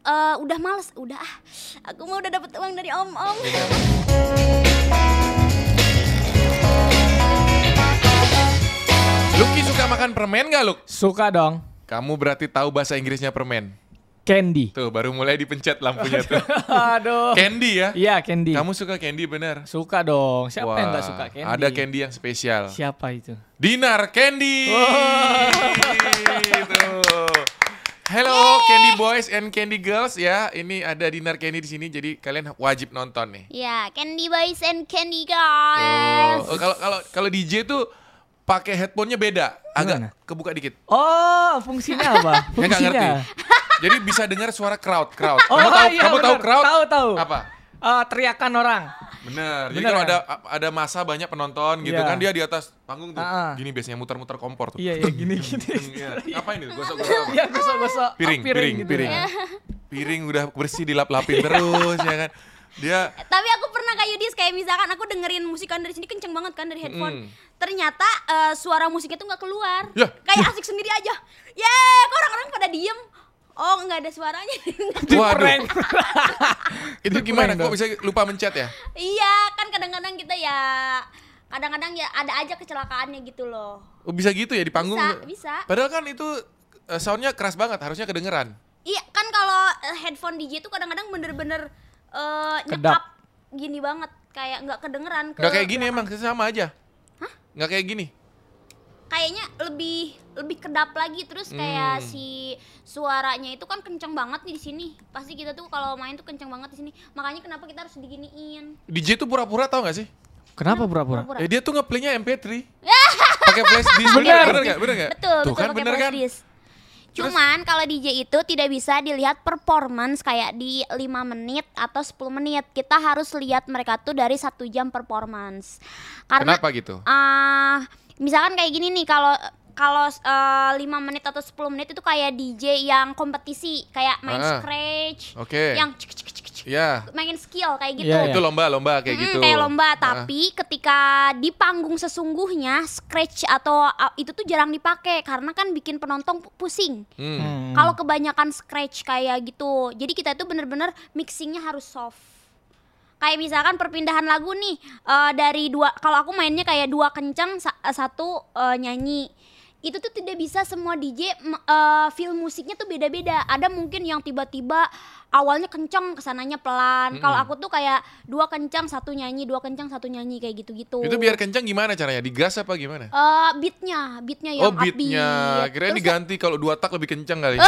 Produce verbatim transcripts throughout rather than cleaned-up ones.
uh, udah males, udah ah, aku mau udah dapet uang dari om-om. Lucky suka makan permen gak, Luk? Suka dong. Kamu berarti tahu bahasa Inggrisnya permen. Candy. Tuh, baru mulai dipencet lampunya tuh. Aduh. Candy ya? Iya, candy. Kamu suka candy bener? Suka dong. Siapa Wah, yang gak suka candy? ada candy yang spesial. Siapa itu? Dinar Candy. Wow. Tuh. Hello Candy Boys and Candy Girls ya. Ini ada Dinar Candy di sini, jadi kalian wajib nonton nih. Ya, Candy Boys and Candy Girls. Oh, kalau kalau kalau D J tuh pakai headphone-nya beda, agak Gimana? kebuka dikit. Oh, fungsinya apa? Ya nggak Fungsinya. ngerti. Jadi bisa dengar suara crowd, crowd. Oh, kamu tahu, iya, kamu tahu benar. crowd? Tahu, tahu. Apa? Uh, teriakan orang. Bener. Jadi Bener kalau ya? ada ada masa banyak penonton gitu Iya. kan, dia di atas panggung tuh. Ah, ah. Gini biasanya muter-muter kompor tuh. Iya, iya, gini, gini. Iya. Ngapain itu? Gosok-gosok apa? Iya, gosok-gosok. Piring, Oh, piring, gitu piring. ya. Piring udah bersih dilap-lapin terus ya kan. Dia Tapi aku pernah kayak Yudis, kayak misalkan aku dengerin musik kan dari sini kenceng banget kan dari headphone. Mm. Ternyata eh, suara musiknya tuh nggak keluar. Ya. Kayak asik sendiri aja. Yeay, kok orang-orang pada diem. Oh, nggak ada suaranya. waduh. Itu Itu gimana? prank Kok bisa lupa mencet ya? Iya, kan kadang-kadang kita ya kadang-kadang ya ada aja kecelakaannya gitu loh. Oh, bisa gitu ya di panggung? Bisa, bisa. Padahal kan itu eh, soundnya keras banget, harusnya kedengeran. Iya, kan kalau eh, headphone D J tuh kadang-kadang bener-bener eh, Kedap. nyekap gini banget, kayak nggak kedengeran ke Nggak kayak gini belakang. emang, sama aja. Hah? Nggak kayak gini. Kayaknya lebih lebih kedap lagi, terus kayak Hmm. si suaranya itu kan kenceng banget nih di sini. Pasti kita tuh kalau main tuh kenceng banget di sini. Makanya kenapa kita harus diginiin. D J tuh pura-pura tau gak sih? Kenapa pura-pura? Pura-pura. Ya dia tuh ngeplaynya M P tiga. Pakai flash disk. Bener. Bener gak? Bener gak? Betul, Tuh betul kan pakai bener flash kan? disk. Cuman kalau D J itu tidak bisa dilihat performance kayak di lima menit atau sepuluh menit. Kita harus lihat mereka tuh dari satu jam performance. Karena Kenapa gitu? ah misalkan kayak gini nih, kalau kalau eh, lima menit atau sepuluh menit itu kayak D J yang kompetisi, kayak main Ah. scratch, Oke. yang cek cek cek cek, Ya. main skill kayak gitu. Iya, iya. Itu lomba-lomba kayak Mm, gitu. kayak lomba, Ah. tapi ketika di panggung sesungguhnya scratch atau uh, itu tuh jarang dipakai karena kan bikin penonton pu- pusing. Hmm. Hmm. Kalau kebanyakan scratch kayak gitu, jadi kita itu bener-bener mixingnya harus soft. Kayak misalkan perpindahan lagu nih eh, dari dua, kalau aku mainnya kayak dua kencang sa- satu eh, nyanyi. Itu tuh tidak bisa semua D J m- eh, feel musiknya tuh beda-beda. Ada mungkin yang tiba-tiba awalnya kencang, kesananya pelan. Mm-mm. Kalau aku tuh kayak dua kencang satu nyanyi, dua kencang satu nyanyi kayak gitu-gitu. Itu biar kencang gimana caranya? Digas apa gimana? Eh, beatnya, beatnya yang Oh beatnya, upbeat. kira Terus diganti kalau dua tak lebih kencang kali.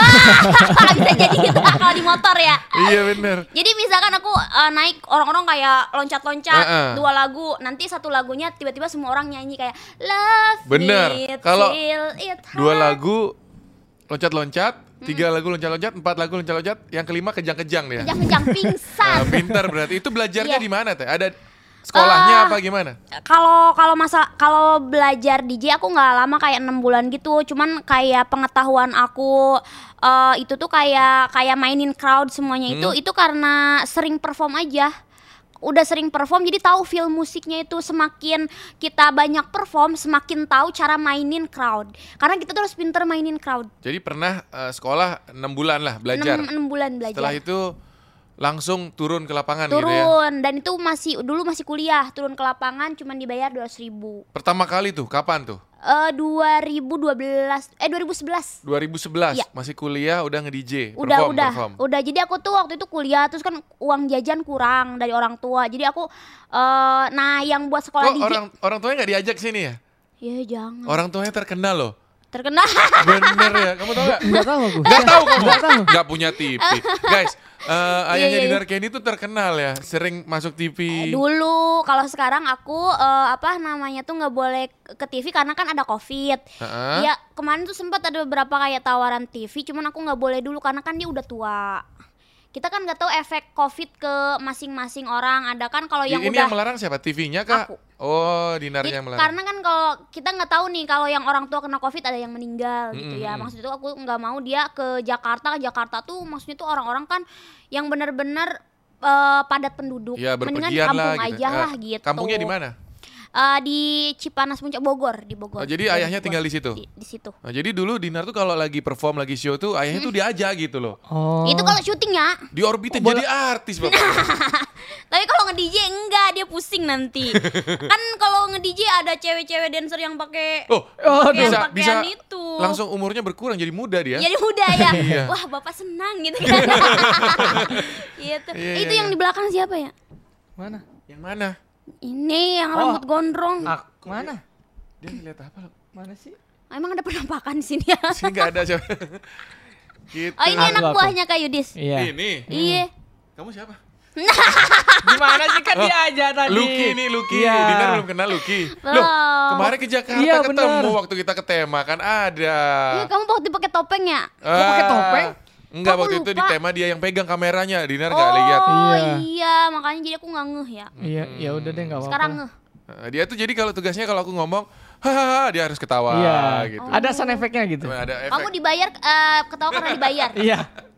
bisa jadi gitu kalau di motor ya. Iya bener. Jadi misalkan aku uh, naik, orang-orang kayak loncat-loncat Uh-uh. dua lagu, nanti satu lagunya tiba-tiba semua orang nyanyi kayak love Bener. it, Kalau feel it Dua hard. lagu loncat-loncat, tiga lagu loncat-loncat, empat lagu loncat-loncat, yang kelima kejang-kejang dia. Kejang-kejang pingsan. Ah, pintar berarti. Itu belajarnya Iya. di mana teh? Ada sekolahnya Ah. apa gimana? Kalau kalau masa kalau belajar D J aku nggak lama, kayak enam bulan gitu. Cuman kayak pengetahuan aku eh, itu tuh kayak kayak mainin crowd semuanya itu Hmm. itu karena sering perform aja. Udah sering perform jadi tahu feel musiknya itu. Semakin kita banyak perform semakin tahu cara mainin crowd. Karena kita tuh harus pinter mainin crowd. Jadi pernah eh, sekolah enam bulan lah belajar. enam bulan belajar. Setelah itu langsung turun ke lapangan gitu ya. Turun, dan itu masih dulu masih kuliah, turun ke lapangan cuman dibayar dua ratus ribu. Pertama kali tuh kapan tuh? Eh dua ribu dua belas eh dua ribu sebelas. dua ribu sebelas Iya. masih kuliah udah nge-D J. Udah perform, udah perform. udah jadi aku tuh waktu itu kuliah, terus kan uang jajan kurang dari orang tua, jadi aku eh nah yang buat sekolah Kok D J orang orang tuanya nggak diajak sini ya? ya jangan Orang tuanya terkenal loh. terkenal. Bener ya, kamu tau gak? Enggak tahu aku. Gak tahu kamu? Nggak tahu. Gak punya T V. Guys, eh, ayahnya iya, iya. Dinar Candy tuh terkenal ya, sering masuk T V. Dulu kalau sekarang aku eh, apa namanya tuh nggak boleh ke T V karena kan ada COVID. Heeh. Ya kemarin tuh sempat ada beberapa kayak tawaran T V, cuman aku nggak boleh dulu karena kan dia udah tua. Kita kan nggak tahu efek COVID ke masing-masing orang. Ada kan kalau yang Ini udah yang melarang siapa? T V-nya kah? Aku. Oh, Jadi, Dinarnya yang melarang. karena kan kalau kita nggak tahu nih kalau yang orang tua kena COVID ada yang meninggal gitu ya. Mm-mm. Maksud itu aku nggak mau dia ke Jakarta. Ke Jakarta tuh maksudnya tuh orang-orang kan yang benar-benar eh, padat penduduk. Ya Mendingan di berpergian kampung lah gitu. aja Eh, lah gitu. Kampungnya di mana? Eh, di Cipanas Puncak Bogor, di Bogor. Oh, jadi Di ayahnya Bogor. tinggal di situ? Di, di situ. Nah, jadi dulu Dinar tuh kalau lagi perform, lagi show tuh ayahnya tuh diajak gitu loh. Oh. Itu kalau syuting ya. Diorbitin Oh, jadi artis bapak. Tapi kalau nge-D J enggak, dia pusing nanti. Kan kalau nge-D J ada cewek-cewek dancer yang pakai Oh, Oh, pakai bisa bisa pakaian itu. langsung umurnya berkurang jadi muda dia. Jadi muda ya. Iya. Wah, Bapak senang gitu kan. Gitu. Iya, Itu iya, yang iya. di belakang siapa ya? Mana? Yang mana? Ini yang Oh. rambut gondrong. Ah, mana? Dia ngeliat apa loh? Mana sih? Emang ada penampakan di sini ya? Sini nggak ada siapa. Gitu. Oh, ini Aku, anak aku. buahnya Kak Yudis. Iya. Ini. Iya. Kamu siapa? Gimana sih kan Oh, dia aja tadi. Lucky nih, Lucky. Iya. Dinar belum kenal Lucky. Belum. Loh, kemarin ke Jakarta Iya, ketemu bener. waktu kita ke tema kan ada. Iya, kamu waktu pakai topeng ya? Kok pakai topeng? Enggak, Kok waktu aku itu di lupa? tema dia yang pegang kameranya. Dinar nggak lihat. Oh Iya. iya, makanya jadi aku nggak ngeh ya. Iya, ya udah deh enggak apa-apa. Sekarang ngeh. Nah, dia tuh jadi kalau tugasnya kalau aku ngomong, hahaha, dia harus ketawa Iya. gitu. Oh. Ada sound efeknya gitu. Ada efek Kamu dibayar eh, ketawa karena dibayar. Iya.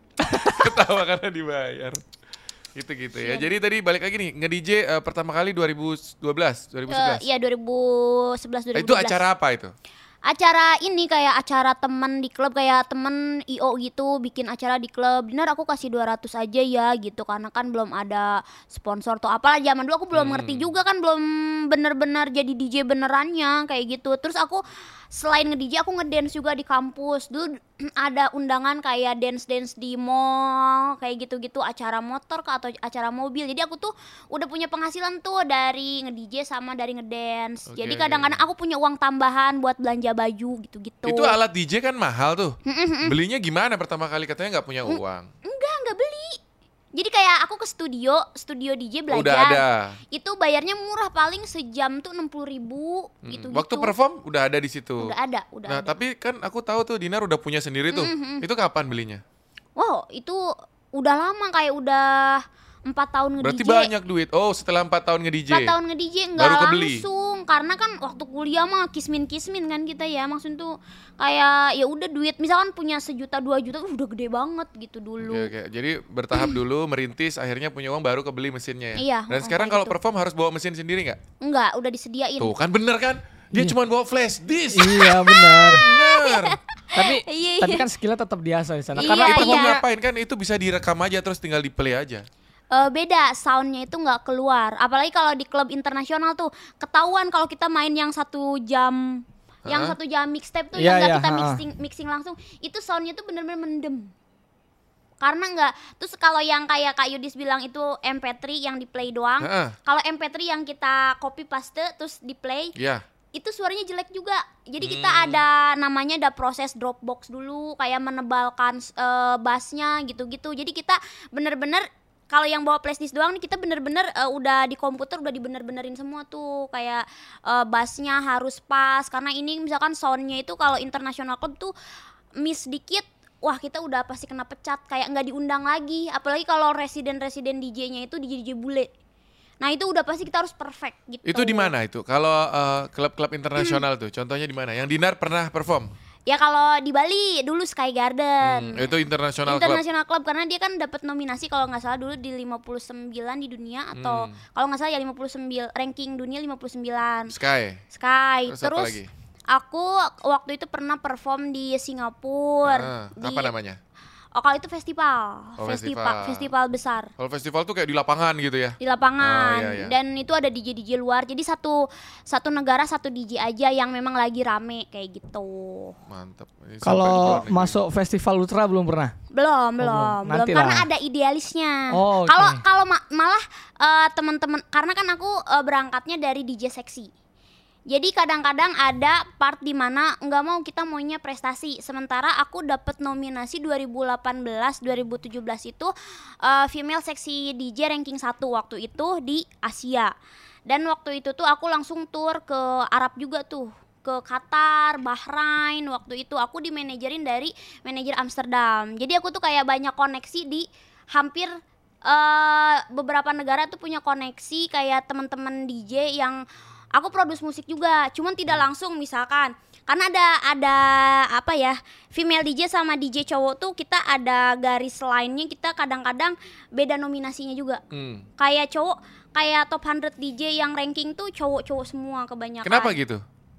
ketawa karena dibayar. Gitu-gitu ya. Jadi tadi balik lagi nih, nge-D J eh, pertama kali dua ribu dua belas, dua ribu Eh, sebelas. Iya, dua ribu sebelas dua ribu dua belas. Itu acara apa itu? Acara ini kayak acara temen di klub, kayak temen I O gitu, bikin acara di klub. Dinar aku kasih dua ratus aja ya gitu, karena kan belum ada sponsor atau apalah. Zaman dulu aku belum Hmm. ngerti juga kan, belum bener-bener jadi D J benerannya kayak gitu. Terus aku selain nge-D J aku ngedance juga di kampus. Dulu ada undangan kayak dance-dance di mall kayak gitu-gitu, acara motor kah atau acara mobil. Jadi aku tuh udah punya penghasilan tuh dari nge-D J sama dari ngedance. Oke, Jadi oke, kadang-kadang oke. aku punya uang tambahan buat belanja baju gitu-gitu. Itu alat D J kan mahal tuh. Belinya gimana pertama kali katanya nggak punya uang. Enggak, enggak beli. Jadi kayak aku ke studio, studio D J belajar. Udah ada. Itu bayarnya murah, paling sejam tuh enam puluh ribu Hmm. gitu-gitu. Waktu perform udah ada di situ. Udah ada, udah Nah, ada. tapi kan aku tahu tuh Dinar udah punya sendiri tuh. Itu kapan belinya? Wow, itu udah lama, kayak udah empat tahun nge-D J. Berarti banyak duit. Oh, setelah empat tahun nge-D J. empat tahun nge-D J enggak Baru kebeli? langsung, karena kan waktu kuliah mah kismin-kismin kan kita ya. Maksud tuh kayak ya udah duit, misalkan punya sejuta dua juta uh, udah gede banget gitu dulu. Oke, oke. Jadi bertahap dulu merintis, akhirnya punya uang baru kebeli mesinnya ya. Iya, Dan oh, sekarang kayak kalau gitu. perform harus bawa mesin sendiri nggak? Enggak, udah disediain. Tuh kan bener kan? Dia cuma bawa flash disk. Iya benar. Bener. Tapi Iya, tapi iya. kan skillnya tetap biasa di sana. Iya, Karena Itu itu mau iya. ngapain kan? Itu bisa direkam aja terus tinggal di play aja. Eh, beda, soundnya itu nggak keluar. Apalagi kalau di klub internasional tuh ketahuan kalau kita main yang satu jam, yang Hah? satu jam mixtape tuh Iya, yang nggak iya, kita ha-ha. mixing mixing langsung, itu soundnya tuh bener-bener mendem. Karena nggak, terus kalau yang kayak Kak Yudis bilang itu M P tiga yang di play doang. Heeh. Kalau M P tiga yang kita copy paste terus di play, Iya. itu suaranya jelek juga. Jadi kita Hmm. ada namanya ada proses Dropbox dulu, kayak menebalkan eh, bassnya gitu-gitu. Jadi kita bener-bener kalau yang bawa flashdisk doang nih, kita bener-bener eh, udah di komputer udah dibener-benerin semua tuh, kayak eh, bassnya harus pas, karena ini misalkan soundnya itu kalau international club tuh miss dikit, wah kita udah pasti kena pecat, kayak nggak diundang lagi. Apalagi kalau residen-residen D J-nya itu D J D J bule. Nah itu udah pasti kita harus perfect gitu. Itu di mana itu? Kalau eh, klub-klub internasional tuh, contohnya di mana? Yang Dinar pernah perform? Ya kalau di Bali dulu Sky Garden. Hmm, itu internasional club. International Club, karena dia kan dapat nominasi kalau nggak salah dulu di lima puluh sembilan di dunia, atau Hmm. kalau nggak salah ya lima puluh sembilan, ranking dunia lima puluh sembilan. Sky. Sky. Terus apa Terus, lagi? aku waktu itu pernah perform di Singapura. Ah, di, apa namanya? Oh, kalau itu festival. Oh, festival, festival. festival besar Kalau festival tuh kayak di lapangan gitu ya? di lapangan. Oh, iya, iya. Dan itu ada D J D J luar. Jadi satu satu negara satu D J aja yang memang lagi rame kayak gitu. Mantap. Ini sampai di kalau luar negeri. masuk festival ultra belum pernah. Belum, belum, belum. belum, Nanti karena lah. ada idealisnya. Oh, oke. Kalau kalau ma- malah eh, teman-teman, karena kan aku eh, berangkatnya dari D J seksi. Jadi kadang-kadang ada part di mana nggak mau, kita maunya prestasi. Sementara aku dapat nominasi dua ribu delapan belas dua ribu tujuh belas itu eh, female seksi D J ranking satu waktu itu di Asia. Dan waktu itu tuh aku langsung tour ke Arab juga tuh, ke Qatar, Bahrain. Waktu itu aku dimanajerin dari manajer Amsterdam. Jadi aku tuh kayak banyak koneksi di hampir eh, beberapa negara tuh punya koneksi kayak teman-teman D J yang aku produce musik juga. Cuman tidak langsung, misalkan Karena ada ada apa ya, female D J sama D J cowok tuh kita ada garis lainnya, kita kadang-kadang beda nominasinya juga. Hmm. Kayak cowok, kayak top seratus D J yang ranking tuh cowok-cowok semua kebanyakan. Kenapa gitu?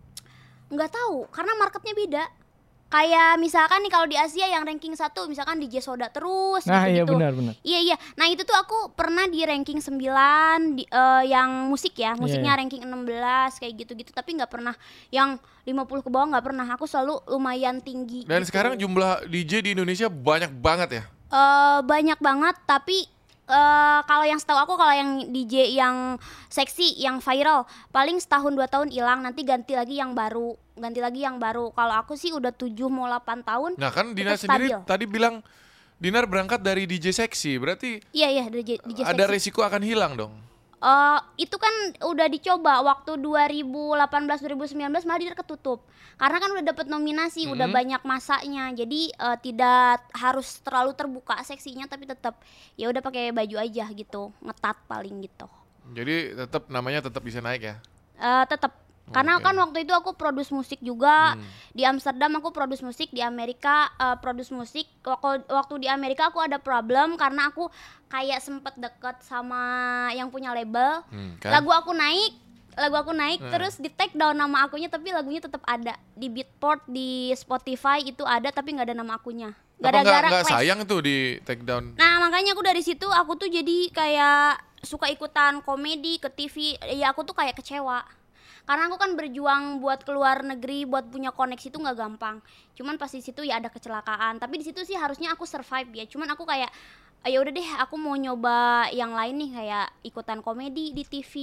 Nggak tahu, karena marketnya beda. Kayak misalkan nih kalau di Asia yang ranking satu misalkan D J Soda terus Nah iya gitu-gitu. benar-benar. Iya iya. Nah itu tuh aku pernah di ranking sembilan di, eh, yang musik ya, musiknya Iya. ranking enam belas kayak gitu-gitu. Tapi nggak pernah yang lima puluh ke bawah, nggak pernah. Aku selalu lumayan tinggi. Dan gitu. sekarang jumlah D J di Indonesia banyak banget ya? Eh, banyak banget, tapi eh, kalau yang setahu aku kalau yang D J yang seksi, yang viral paling setahun dua tahun hilang, nanti ganti lagi yang baru, ganti lagi yang baru. Kalau aku sih udah tujuh mau delapan tahun. Nah kan Dinar Tetap sendiri stabil. tadi bilang Dinar berangkat dari D J seksi, berarti Iya iya D J, D J ada seksi. resiko akan hilang dong. Eh, itu kan udah dicoba waktu dua ribu delapan belas dua ribu sembilan belas malah dia ketutup. Karena kan udah dapet nominasi, udah Mhm. banyak masanya. Jadi eh, tidak harus terlalu terbuka seksinya, tapi tetap ya udah pakai baju aja gitu, ngetat paling gitu. Jadi tetap namanya tetap bisa naik ya. Eh tetap karena Oke. kan waktu itu aku produce musik juga. Hmm. Di Amsterdam aku produce musik, di Amerika eh, produce musik. Waktu waktu di Amerika aku ada problem karena aku kayak sempet deket sama yang punya label. Hmm, kan? Lagu aku naik, lagu aku naik Hmm. terus di take down nama akunya, tapi lagunya tetap ada di Beatport, di Spotify itu ada tapi nggak ada nama akunya. Apa nggak Gara-gara nggak clash. sayang tuh di take down? Nah makanya aku dari situ aku tuh jadi kayak suka ikutan komedi ke T V. Ya aku tuh kayak kecewa karena aku kan berjuang buat keluar negeri, buat punya koneksi itu nggak gampang. Cuman pas di situ ya ada kecelakaan, tapi di situ sih harusnya aku survive ya. Cuman aku kayak "Ah, ya udah deh aku mau nyoba yang lain nih, kayak ikutan komedi di T V.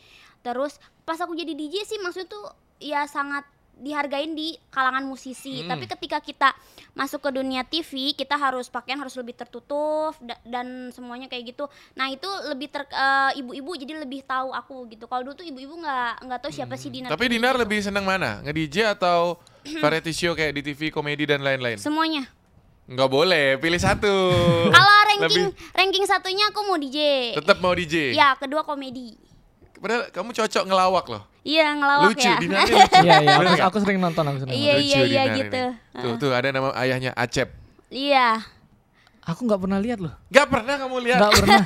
Terus pas aku jadi D J sih maksudnya tuh ya sangat dihargain di kalangan musisi. Hmm. Tapi ketika kita masuk ke dunia T V, kita harus pakaian harus lebih tertutup da- dan semuanya kayak gitu. Nah itu lebih ter eh, ibu-ibu jadi lebih tahu aku gitu. Kalau dulu tuh ibu-ibu nggak nggak tahu siapa sih Dinar. Tapi Kendi Dinar gitu. lebih seneng mana? Nge-D J atau variety show kayak di T V, komedi dan lain-lain? Semuanya. Nggak boleh, pilih satu. Kalau ranking Lebih- ranking satunya aku mau D J. Tetap mau D J? Ya kedua komedi. Padahal kamu cocok ngelawak loh. Iya ngelawak Lucu, ya. Dinar ini lucu. Iya iya Bener aku, nggak? aku sering nonton aku sering Iya, nonton. Lucu iya, iya, Dinar gitu. ini. Tuh, tuh ada nama ayahnya Acep. Iya. Aku nggak pernah lihat loh. Gak pernah kamu lihat? Nggak pernah.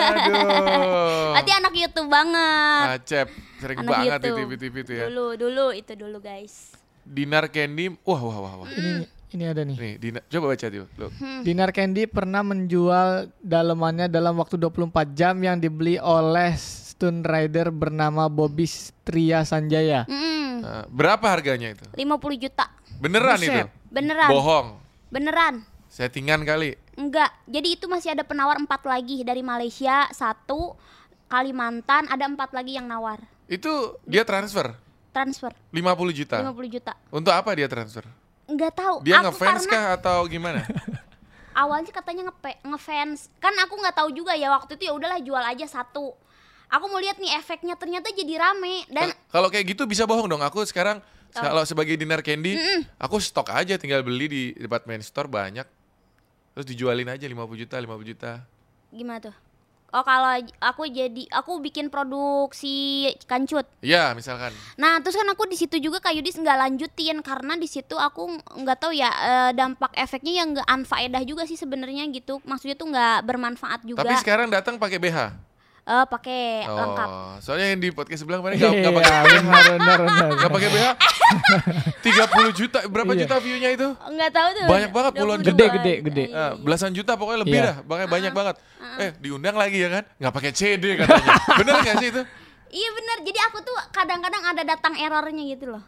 Aduh. Berarti anak YouTube banget. Acep, sering Anak banget di YouTube. T V-T V tuh ya. Dulu dulu itu dulu guys. Dinar Candy, wah wah wah wah. Ini ini ada nih. Nih, Dinar, coba baca tuh. Loh. Dinar Candy pernah menjual dalemannya dalam waktu dua puluh empat jam yang dibeli oleh stunt rider bernama Bobby Tria Sanjaya. Mm-mm. Nah, berapa harganya itu? lima puluh juta. Beneran Buset. itu? Beneran. Bohong. Beneran. Settingan kali. Enggak. Jadi itu masih ada penawar empat lagi dari Malaysia, satu Kalimantan, ada empat lagi yang nawar. Itu dia transfer Transfer lima puluh juta. lima puluh juta. Untuk apa dia transfer? Enggak tahu. Dia Aku ngefans karena kah atau gimana? awalnya katanya ngepe, ngefans. Kan aku nggak tahu juga ya waktu itu, ya udahlah jual aja satu. Aku mau lihat nih efeknya, ternyata jadi rame dan Kal- Kalau kayak gitu bisa bohong dong. Aku sekarang kalau sebagai Dinar Candy, aku stok aja, tinggal beli di department store banyak. Terus dijualin aja lima puluh juta, lima puluh juta. gimana tuh? Oh kalau aku jadi aku bikin produksi kancut. Iya, misalkan. Nah terus kan aku di situ juga Kak Yudis nggak lanjutin karena di situ aku nggak tahu ya eh, dampak efeknya yang nggak anfaedah juga sih sebenarnya gitu. Maksudnya tuh nggak bermanfaat juga. Tapi sekarang datang pakai B H. Eh pakai lengkap. Oh, soalnya yang di podcast sebelah kemarin nggak nggak Iya pakai benar benar benar. nggak pakai B H. tiga puluh juta, berapa Iya. juta view-nya itu? Nggak tahu tuh. Banyak banget, puluhan dua puluh Gede, juta. gede, gede. Iya, Ah, iya. belasan juta pokoknya lebih Iya. dah, pakai banyak banget. Eh, diundang lagi ya kan? Nggak pakai C D katanya. Bener nggak sih itu? Iya benar. Jadi aku tuh kadang-kadang ada datang errornya gitu loh.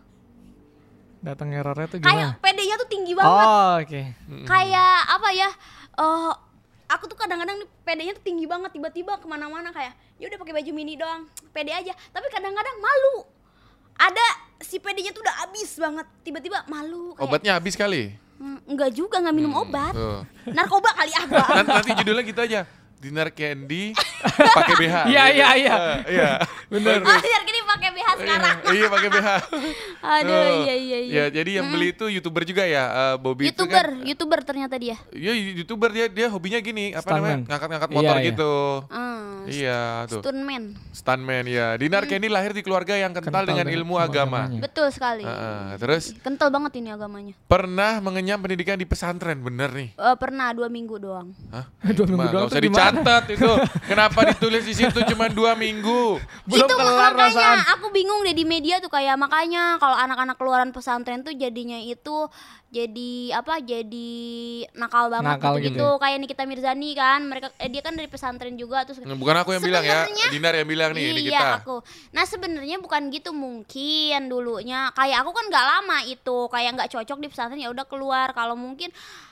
Datang errornya tuh Kayak gimana? P D-nya tuh tinggi banget. Oh oke. Kayak apa ya? Eh aku tuh kadang-kadang nih P D-nya tuh tinggi banget, tiba-tiba kemana-mana kayak ya udah pakai baju mini doang, pede aja. Tapi kadang-kadang malu. Ada si P D-nya tuh udah habis banget, tiba-tiba malu. Kayak, Obatnya habis kali. "Hmm, enggak juga, nggak minum obat. Tuh. Narkoba kali ah gua." Nanti, nanti judulnya gitu aja. Dinar Candy pakai B H. Iya, gitu. iya, iya. Eh, Iya. Bener. Ah, biar gini pakai B H sekarang. Iya, iya pakai B H. Aduh, Tuh. iya iya iya. Ya, jadi yang beli itu YouTuber juga ya, eh, Bobby itu YouTuber, kan. YouTuber ternyata dia. Iya, YouTuber dia dia hobinya gini, apa namanya? Stuntman. Ngangkat-ngangkat Iya, motor iya. gitu. Hmm. Iya tuh. Stuntman. Stuntman ya. Dinar Candy lahir di keluarga yang kental, Kental dengan dengan ilmu ilmu agama. agamanya. Betul sekali. Heeh, terus Kental banget ini agamanya. pernah mengenyam pendidikan di pesantren, bener nih? Eh, pernah dua minggu doang. Hah? Dua minggu Mah, doang nggak usah tuh gimana? dicatat itu. Kenapa ditulis di situ cuma dua minggu? Belum itu kelar makanya rasaan. aku bingung deh di media tuh kayak makanya kalau anak-anak keluaran pesantren tuh jadinya itu jadi apa jadi nakal banget Nakal gitu, gitu ya? kayak Nikita Mirzani kan mereka eh, dia kan dari pesantren juga terus Bukan aku yang bilang ya, Sebenarnya- Dinar yang bilang nih, ini iya kita. aku. Nah sebenarnya bukan gitu mungkin dulunya. Kayak aku kan nggak lama itu, kayak nggak cocok di pesantren ya udah keluar. Kalau mungkin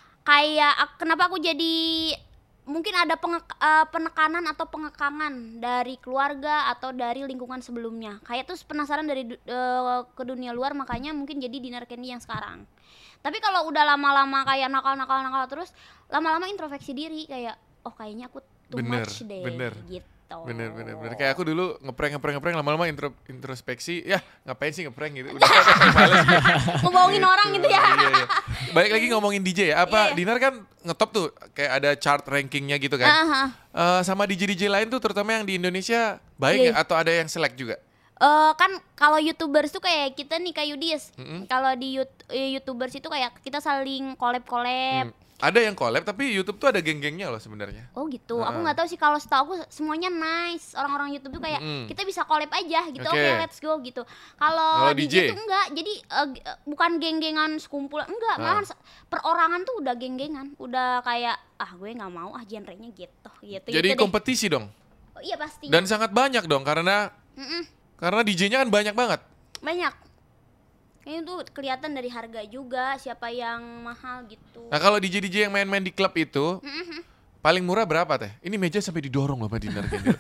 kayak ak- kenapa aku jadi mungkin ada penge- eh, penekanan atau pengekangan dari keluarga atau dari lingkungan sebelumnya. Kayak terus penasaran dari du- eh, ke dunia luar makanya mungkin jadi Dinar Candy yang sekarang. Tapi kalau udah lama-lama kayak nakal-nakal-nakal terus, lama-lama introspeksi diri kayak oh kayaknya aku too Bener, much deh bener. gitu. Bener bener bener. Kayak aku dulu ngeprank ngeprank ngeprank lama-lama intro, introspeksi. Ya ngapain sih ngeprank gitu. Udah males gitu. Ngebohongin orang gitu ya. Iya, iya. Balik lagi ngomongin D J ya. Apa Iya. Dinar kan ngetop tuh kayak ada chart rankingnya gitu kan. Aha. Eh, sama D J D J lain tuh terutama yang di Indonesia baik Iya. nggak atau ada yang selek juga? Eh kan kalau YouTubers tuh kayak kita nih kayak Yudis. Mm-mm. Kalau di Yout- eh, YouTubers itu kayak kita saling collab-collab. Hmm. Ada yang collab tapi YouTube tuh ada geng-gengnya loh sebenarnya. Oh gitu. Aku Heeh. nggak tahu sih kalau setahu aku semuanya nice. Orang-orang YouTube tuh kayak Mm-mm. kita bisa collab aja gitu. Oke, Oke. let's go gitu. Kalau Kalau D D J? J tuh enggak. Jadi eh, g- eh, bukan geng-gengan sekumpulan, enggak. Ah. Malahan se- perorangan tuh udah geng-gengan. Udah kayak ah gue nggak mau ah genrenya gitu. Gitu Jadi gitu deh. kompetisi dong. Oh, iya pasti. Dan sangat banyak dong karena Mm-mm. karena D J-nya kan banyak banget. Banyak. Kayaknya tuh kelihatan dari harga juga siapa yang mahal gitu. Nah kalau D J D J yang main-main di klub itu Mm-mm. paling murah berapa teh? Ini meja sampai didorong loh sama Dinar Candy.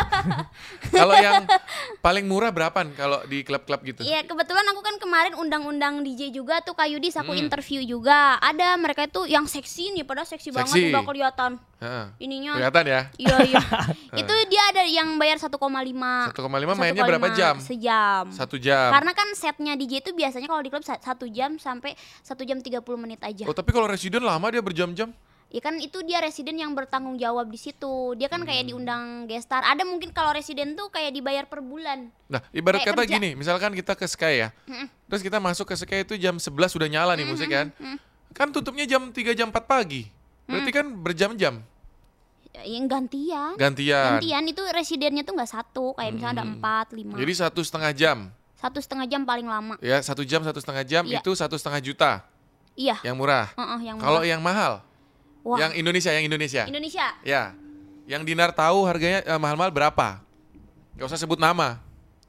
Kalau yang paling murah berapaan kalau di klub-klub gitu? Iya kebetulan aku kan kemarin undang-undang D J juga tuh Kak Yudis aku Hmm. interview juga. Ada mereka itu yang seksi nih padahal seksi, banget Seksi. udah kelihatan Heeh. ininya. Kelihatan ya? Iya iya. Itu dia ada yang bayar satu koma lima. satu koma lima mainnya berapa jam? Sejam. Satu jam. Karena kan setnya D J itu biasanya kalau di klub sa- satu jam sampai satu jam tiga puluh menit aja. Oh tapi kalau resident lama dia berjam-jam? Ya kan itu dia residen yang bertanggung jawab di situ. Dia kan Hmm. kayak diundang gestar. Ada mungkin kalau residen tuh kayak dibayar per bulan. Nah ibarat Kayak kata kerja. gini, misalkan kita ke Sky ya, Mm-mm. terus kita masuk ke Sky itu jam sebelas udah nyala nih musik kan, Mm. kan tutupnya jam tiga jam empat pagi, berarti kan berjam-jam Yang gantian. gantian. Gantian itu residennya tuh nggak satu, kayak misalnya ada Hmm. empat, lima. Jadi satu setengah jam, Satu setengah jam paling lama. ya satu jam satu setengah jam Iya. itu satu setengah juta Iya. yang murah. Heeh, yang Kalau murah. yang mahal, Wah, yang Indonesia, yang Indonesia, Indonesia. ya, yang Dinar tahu harganya eh, mahal-mahal berapa? Gak usah sebut nama,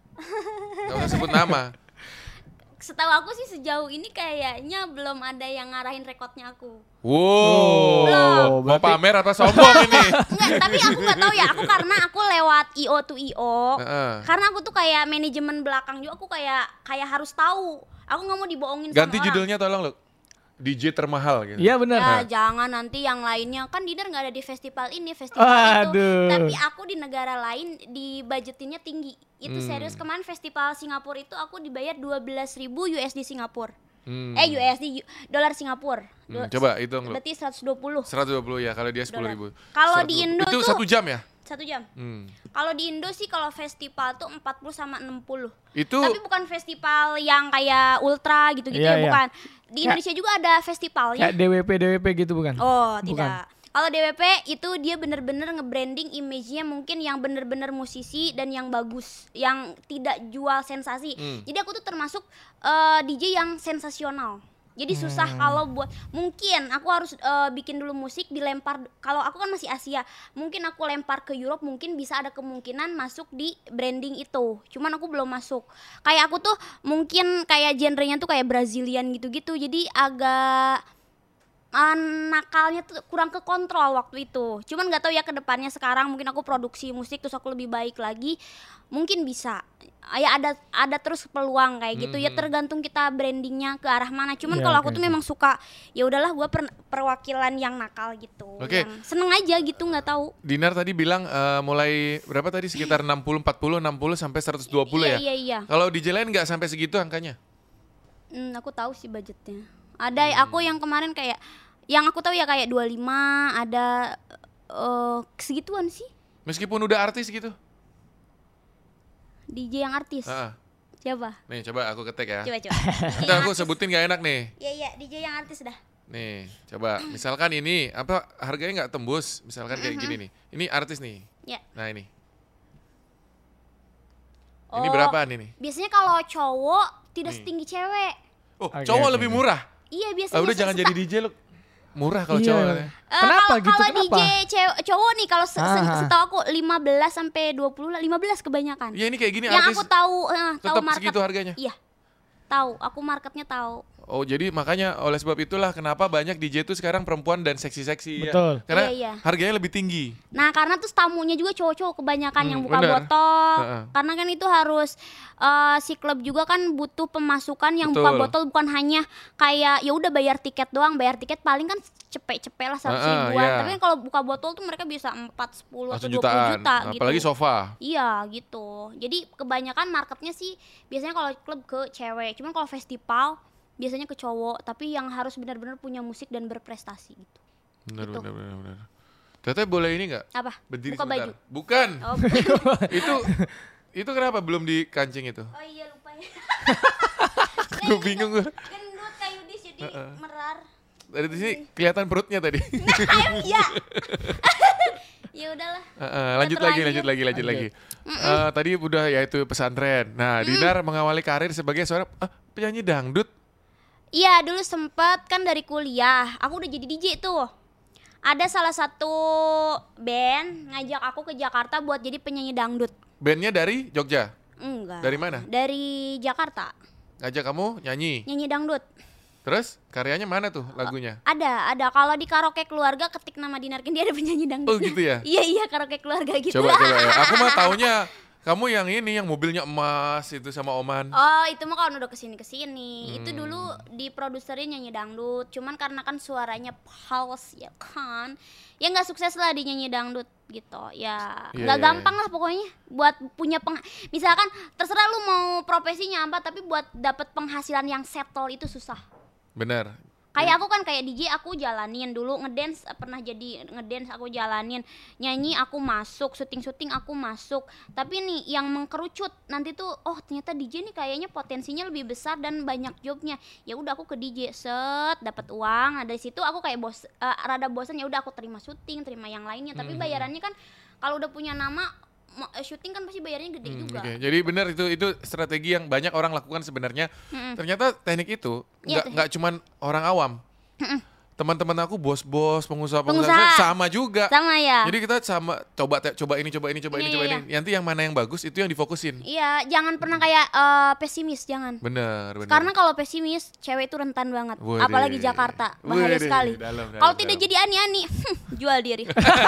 gak usah sebut nama. Setahu aku sih sejauh ini kayaknya belum ada yang ngarahin rekodnya aku. Wow, Belum. mau Berarti- pamer atau sombong ini? Enggak, tapi aku nggak tahu ya. Aku karena aku lewat I O to I O. Heeh. Karena aku tuh kayak manajemen belakang juga. Aku kayak kayak harus tahu. Aku nggak mau dibohongin Ganti sama orang. judulnya tolong lo, D J termahal gitu. Iya benar. Ya jangan nanti yang lainnya kan Dinar nggak ada di festival ini festival itu, Aduh. tapi aku di negara lain di budgetinnya tinggi. Itu Hmm. serius kemarin festival Singapura itu aku dibayar dua belas ribu U S D Singapura. Hmm. Eh U S D U- dolar Singapura. Hmm, Do- coba hitung lo. Berarti seratus dua puluh seratus dua puluh ya kalau dia sepuluh ribu. Kalau di Indo itu tuh- satu jam ya? satu jam. Hmm. Kalau di Indo sih kalau festival tuh empat puluh sama enam puluh. Itu Tapi bukan festival yang kayak ultra gitu-gitu Iya, ya, iya. bukan. Di Kayak- Indonesia juga ada festivalnya. Kayak D W P D W P gitu bukan? Oh, Bukan. tidak. Kalau D W P itu dia bener-bener nge-branding image-nya mungkin yang bener-bener musisi dan yang bagus, yang tidak jual sensasi. Hmm. Jadi aku tuh termasuk eh, D J yang sensasional. Jadi susah Hmm. kalau buat mungkin aku harus eh, bikin dulu musik dilempar. Kalau aku kan masih Asia, mungkin aku lempar ke Europe mungkin bisa ada kemungkinan masuk di branding itu. Cuman aku belum masuk. Kayak aku tuh mungkin kayak genrenya tuh kayak Brazilian gitu-gitu. Jadi agak uh, nakalnya tuh kurang ke kontrol waktu itu. Cuman nggak tahu ya ke depannya sekarang mungkin aku produksi musik terus aku lebih baik lagi, mungkin bisa. Ya ada ada terus peluang kayak gitu. Ya Hmm. tergantung kita brandingnya ke arah mana. Cuman Ya, kalau oke, aku tuh oke. memang suka ya udahlah gua per- perwakilan yang nakal gitu. Oke. Yang seneng aja gitu nggak tahu. Dinar tadi bilang eh, mulai berapa tadi sekitar enam puluh, empat puluh, enam puluh sampai seratus dua puluh ya. Iya iya iya. Kalau D J lain nggak sampai segitu angkanya? Hmm, aku tahu sih budgetnya. Ada aku yang kemarin kayak yang aku tahu ya kayak dua puluh lima ada eh segituan sih. Meskipun udah artis gitu. D J yang artis. Heeh. Siapa? Nih coba aku ketik ya. Coba coba. D J Ntar yang aku artis. sebutin gak enak nih. Iya iya, D J yang artis dah. Nih, coba. Misalkan ini apa harganya nggak tembus, misalkan kayak gini nih. Ini artis nih. Ya. Nah, ini. Ini Oh, berapaan ini? Biasanya kalau cowok tidak Nih. setinggi cewek. Oh, Oke, cowok oke, lebih oke. murah. Iya biasanya. Ah, udah se- jangan seta- jadi D J lu. Murah kalau Iya. cowok katanya. Eh, Kenapa kalau, gitu, Kalau kenapa? D J cewek, cowok nih kalau se- se- Ah. setahu aku lima belas sampai dua puluh lah, lima belas kebanyakan. Ya ini kayak gini Yang artis aku tahu, eh, tahu tetap market. segitu harganya. Iya. Tahu, aku marketnya tahu. Oh, jadi makanya oleh sebab itulah kenapa banyak D J itu sekarang perempuan dan seksi-seksi ya. Betul. Karena Iya, iya. harganya lebih tinggi. Nah, karena tuh tamunya juga cowok-cowok kebanyakan Hmm, yang buka bener. botol. Heeh. Karena kan itu harus eh, si klub juga kan butuh pemasukan yang buka Betul. botol, bukan hanya kayak ya udah bayar tiket doang, bayar tiket paling kan cepet-cepet lah seratus Heeh, ribuan. iya. Tapi kan kalau buka botol tuh mereka bisa empat, sepuluh atau Langsung dua puluh jutaan. juta gitu. Apalagi sofa. Iya gitu. Jadi kebanyakan marketnya sih biasanya kalau klub ke cewek. Cuman kalau festival biasanya ke cowok. Tapi yang harus benar-benar punya musik dan berprestasi gitu. Benar, Gitu. benar, benar, benar. Teteh boleh ini nggak? Apa? Berdiri Buka sebentar. baju. Bukan. Oh, itu itu kenapa belum dikancing itu? oh iya lupa ya. Gue bingung gue. Gendut kayu dis jadi merar. Dari sini kelihatan perutnya tadi. Nah, iya. Ya udahlah. Heeh, lanjut lagi, terlanjur. lanjut lagi, lanjut lagi. Eh, tadi udah yaitu pesantren. Nah, Dinar mengawali karir sebagai seorang ah, penyanyi dangdut. Iya, dulu sempet kan dari kuliah. Aku udah jadi D J tuh. Ada salah satu band ngajak aku ke Jakarta buat jadi penyanyi dangdut. Bandnya dari Jogja. Enggak. Dari mana? Dari Jakarta. Ngajak kamu nyanyi. Nyanyi dangdut. Terus karyanya mana tuh lagunya? Ada, ada. Kalau di karaoke keluarga ketik nama Dinar Kendi ada penyanyi dangdut. Oh gitu ya? Iya, iya karaoke keluarga gitu. Coba coba ya. Aku mah taunya kamu yang ini yang mobilnya emas itu sama Oman. Oh itu mah kalau udah kesini kesini Hmm. itu dulu di produserin nyanyi dangdut, cuman karena kan suaranya pals ya kan, ya nggak sukses lah di nyanyi dangdut gitu ya, Iya, nggak iya, gampang lah pokoknya buat punya peng, misalkan terserah lu mau profesinya apa, tapi buat dapet penghasilan yang settle itu susah. Benar. Kayak aku kan kayak D J aku jalanin dulu, ngedance eh, pernah jadi ngedance aku jalanin, nyanyi aku masuk, syuting-syuting aku masuk. Tapi nih yang mengkerucut nanti tuh, oh ternyata D J nih kayaknya potensinya lebih besar dan banyak jobnya. Ya udah aku ke D J, set dapat uang. Nah dari situ aku kayak bos, eh, rada bosan, ya udah aku terima syuting, terima yang lainnya. Tapi bayarannya kan kalau udah punya nama mo- eh, syuting kan pasti bayarnya gede Hmm, juga. oke. Jadi benar itu itu strategi yang banyak orang lakukan sebenarnya. Mm-mm. Ternyata teknik itu Iya, nggak nggak cuman orang awam. Teman-teman aku bos-bos, pengusaha-pengusaha Pengusaha. sama juga. Sama ya. Jadi kita sama coba te- coba ini, coba ini, coba ini, Iya, coba iya, ini. Nanti yang mana yang bagus itu yang difokusin. Iya, jangan pernah kayak eh, pesimis, jangan. Bener, bener. Karena kalau pesimis, cewek itu rentan banget. Widih. Apalagi Jakarta, bahaya Widih, sekali. dalam, dalam, Kalau tidak dalam. jadi ani-ani, hmm, jual diri.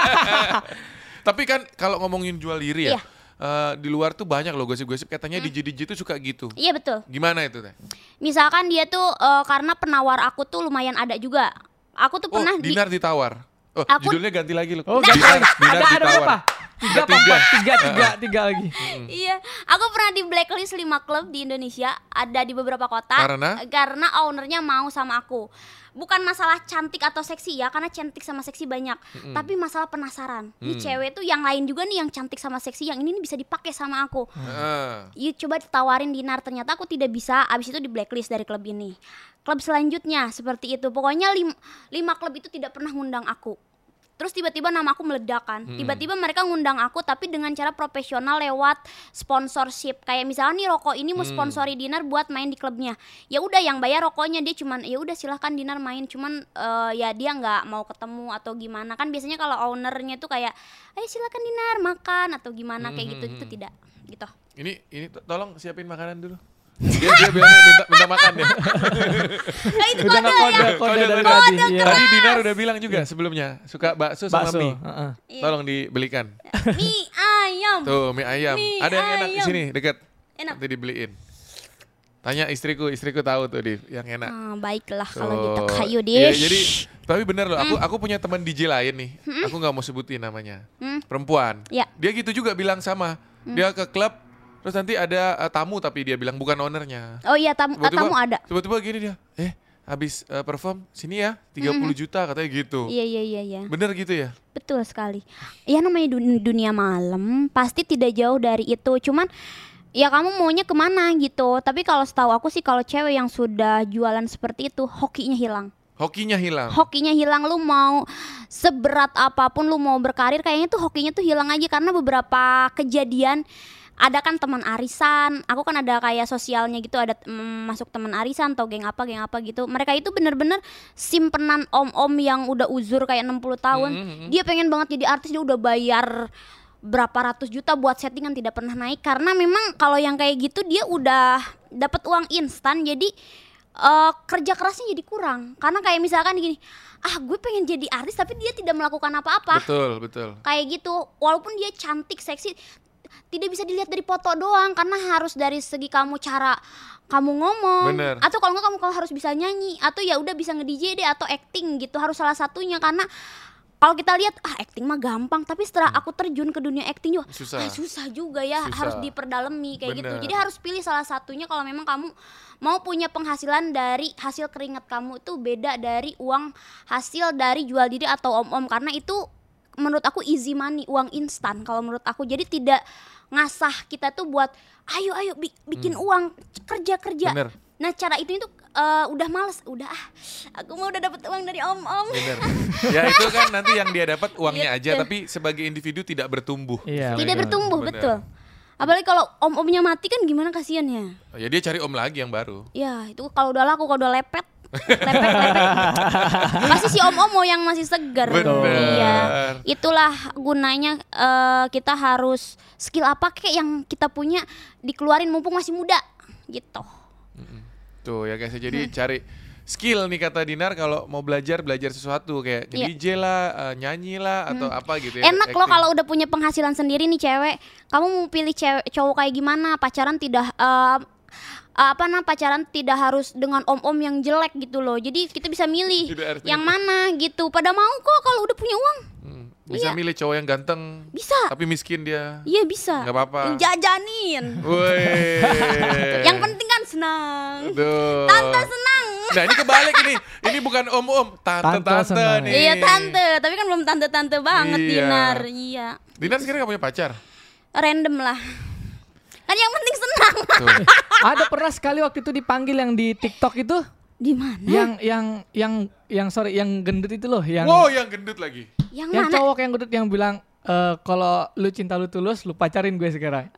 Tapi kan kalau ngomongin jual diri ya, Iya. eh, di luar tuh banyak loh gosip-gosip katanya D J D J tuh suka gitu. Iya betul. Gimana itu teh? Misalkan dia tuh eh, karena penawar aku tuh lumayan ada juga. Aku tuh Oh, pernah di Dinar ditawar. Oh, Aku- judulnya ganti lagi loh. Oh, ganti Dinar, lagi. Dinar Ada ada ditawar. berapa? Tiga apa empat? Tiga, tiga, tiga lagi. Iya, aku pernah di blacklist lima klub di Indonesia, ada di beberapa kota. Karena? Karena ownernya mau sama aku. Bukan masalah cantik atau seksi ya, karena cantik sama seksi banyak. Tapi masalah penasaran. Ini Mm. cewek tuh yang lain juga nih yang cantik sama seksi, yang ini nih bisa dipakai sama aku. Heeh. Yuk coba ditawarin Dinar, ternyata aku tidak bisa. Abis itu di blacklist dari klub ini. Klub selanjutnya seperti itu. Pokoknya lim- lima klub itu tidak pernah ngundang aku. Terus tiba-tiba nama aku meledak kan. Tiba-tiba mereka ngundang aku tapi dengan cara profesional lewat sponsorship. Kayak misalnya nih rokok ini mau sponsori Dinar buat main di klubnya. Ya udah yang bayar rokoknya, dia cuman ya udah silahkan Dinar main. Cuman eh, ya dia nggak mau ketemu atau gimana. Kan biasanya kalau ownernya tuh kayak, ayo silakan Dinar makan atau gimana kayak gitu. Itu tidak gitu. Ini ini to- tolong siapin makanan dulu. Dia dia bilangnya minta minta makan ya. Nah itu Udah kode nggak ya. kode, kode dari Kode tadi. Iya. Tadi Dinar udah bilang juga sebelumnya suka bakso sama Bakso. mie. heeh. Iya. Tolong dibelikan. Mie ayam. Tuh mie ayam. Mie Ada yang enak di ayam. sini dekat. Enak. Nanti dibeliin. Tanya istriku, istriku tahu tuh di yang enak. Ah, baiklah kalau Tuh. gitu kayu Iya, deh. jadi tapi bener loh, aku aku punya teman D J lain nih. Aku nggak mau sebutin namanya. Hmm. Perempuan. Ya. Dia gitu juga bilang sama. Dia ke klub terus nanti ada eh, tamu tapi dia bilang bukan ownernya. Oh iya tamu, eh, Tiba-tiba- tamu ada. Tiba-tiba gini dia, eh habis uh, perform sini ya tiga puluh juta katanya gitu. Iya iya iya iya. Bener gitu ya? Betul sekali. Ya namanya dun- dunia malam pasti tidak jauh dari itu. Cuman ya kamu maunya kemana gitu. Tapi kalau setahu aku sih kalau cewek yang sudah jualan seperti itu hokinya hilang. Hokinya hilang. Hokinya hilang, lu mau seberat apapun lu mau berkarir kayaknya tuh hokinya tuh hilang aja karena beberapa kejadian. Ada kan teman arisan, aku kan ada kayak sosialnya gitu, ada mm, masuk teman arisan atau geng apa geng apa gitu. Mereka itu bener-bener simpenan om-om yang udah uzur kayak enam puluh tahun. Mm-hmm. Dia pengen banget jadi artis, dia udah bayar berapa ratus juta buat settingan tidak pernah naik karena memang kalau yang kayak gitu dia udah dapat uang instan jadi uh, kerja kerasnya jadi kurang. Karena kayak misalkan gini, ah gue pengen jadi artis tapi dia tidak melakukan apa-apa. Betul, betul. Kayak gitu, walaupun dia cantik, seksi, tidak bisa dilihat dari foto doang karena harus dari segi kamu cara kamu ngomong. Bener. Atau kalau nggak kamu kalau harus bisa nyanyi atau ya udah bisa nge-D J deh atau acting gitu, harus salah satunya karena kalau kita lihat ah acting mah gampang tapi setelah aku terjun ke dunia acting juga Susah. ah, susah juga ya, Susah. harus diperdalami kayak gitu. Bener. Jadi harus pilih salah satunya kalau memang kamu mau punya penghasilan dari hasil keringat kamu itu beda dari uang hasil dari jual diri atau om-om karena itu menurut aku easy money, uang instan kalau menurut aku. Jadi tidak ngasah kita tuh buat ayo ayo bi- bikin Hmm. uang kerja kerja. Bener. Nah cara itu itu uh, udah males, udah ah aku mau udah dapat uang dari om-om. Bener. Ya itu kan nanti yang dia dapat uangnya aja Gitu. tapi sebagai individu tidak bertumbuh. Iya. Tidak betul. bertumbuh, Bener. betul. Apalagi kalau om-omnya mati kan gimana kasihannya. Ya dia cari om lagi yang baru. Ya itu kalau udah laku, kalau udah lepet lepet lepet pasti si om-om mau yang masih segar. Bener. Iya, itulah gunanya uh, kita harus skill apa kek yang kita punya dikeluarin mumpung masih muda gitu. Tuh ya guys, jadi cari skill nih kata Dinar kalau mau belajar belajar sesuatu kayak Iya. D J lah, uh, nyanyi lah atau apa gitu ya. Enak loh acting. kalau udah punya penghasilan sendiri nih cewek. Kamu mau pilih cewek cowok kayak gimana? Pacaran tidak uh, apa nah pacaran tidak harus dengan om-om yang jelek gitu loh. Jadi kita bisa milih Tidak artinya- yang mana gitu. Pada mau kok kalau udah punya uang. Hmm, bisa Iya. milih cowok yang ganteng Bisa. tapi miskin dia. Iya bisa. Nggak apa-apa. Jajanin. Woi. Yang penting kan senang. Aduh. Tante senang. Nah ini kebalik ini. Ini bukan om-om, Tante tante-tante senang. nih. Iya tante, tapi kan belum tante-tante banget Iya. Dinar. Iya. Dinar sekarang gak punya pacar? Random lah. Kan yang penting senang. Tuh. Ada pernah sekali waktu itu dipanggil yang di TikTok itu, Di mana? yang yang yang yang sorry yang gendut itu loh, yang Wow yang gendut lagi. Yang yang mana? cowok yang gendut yang bilang eh kalau lu cinta lu tulus, lu pacarin gue sekarang.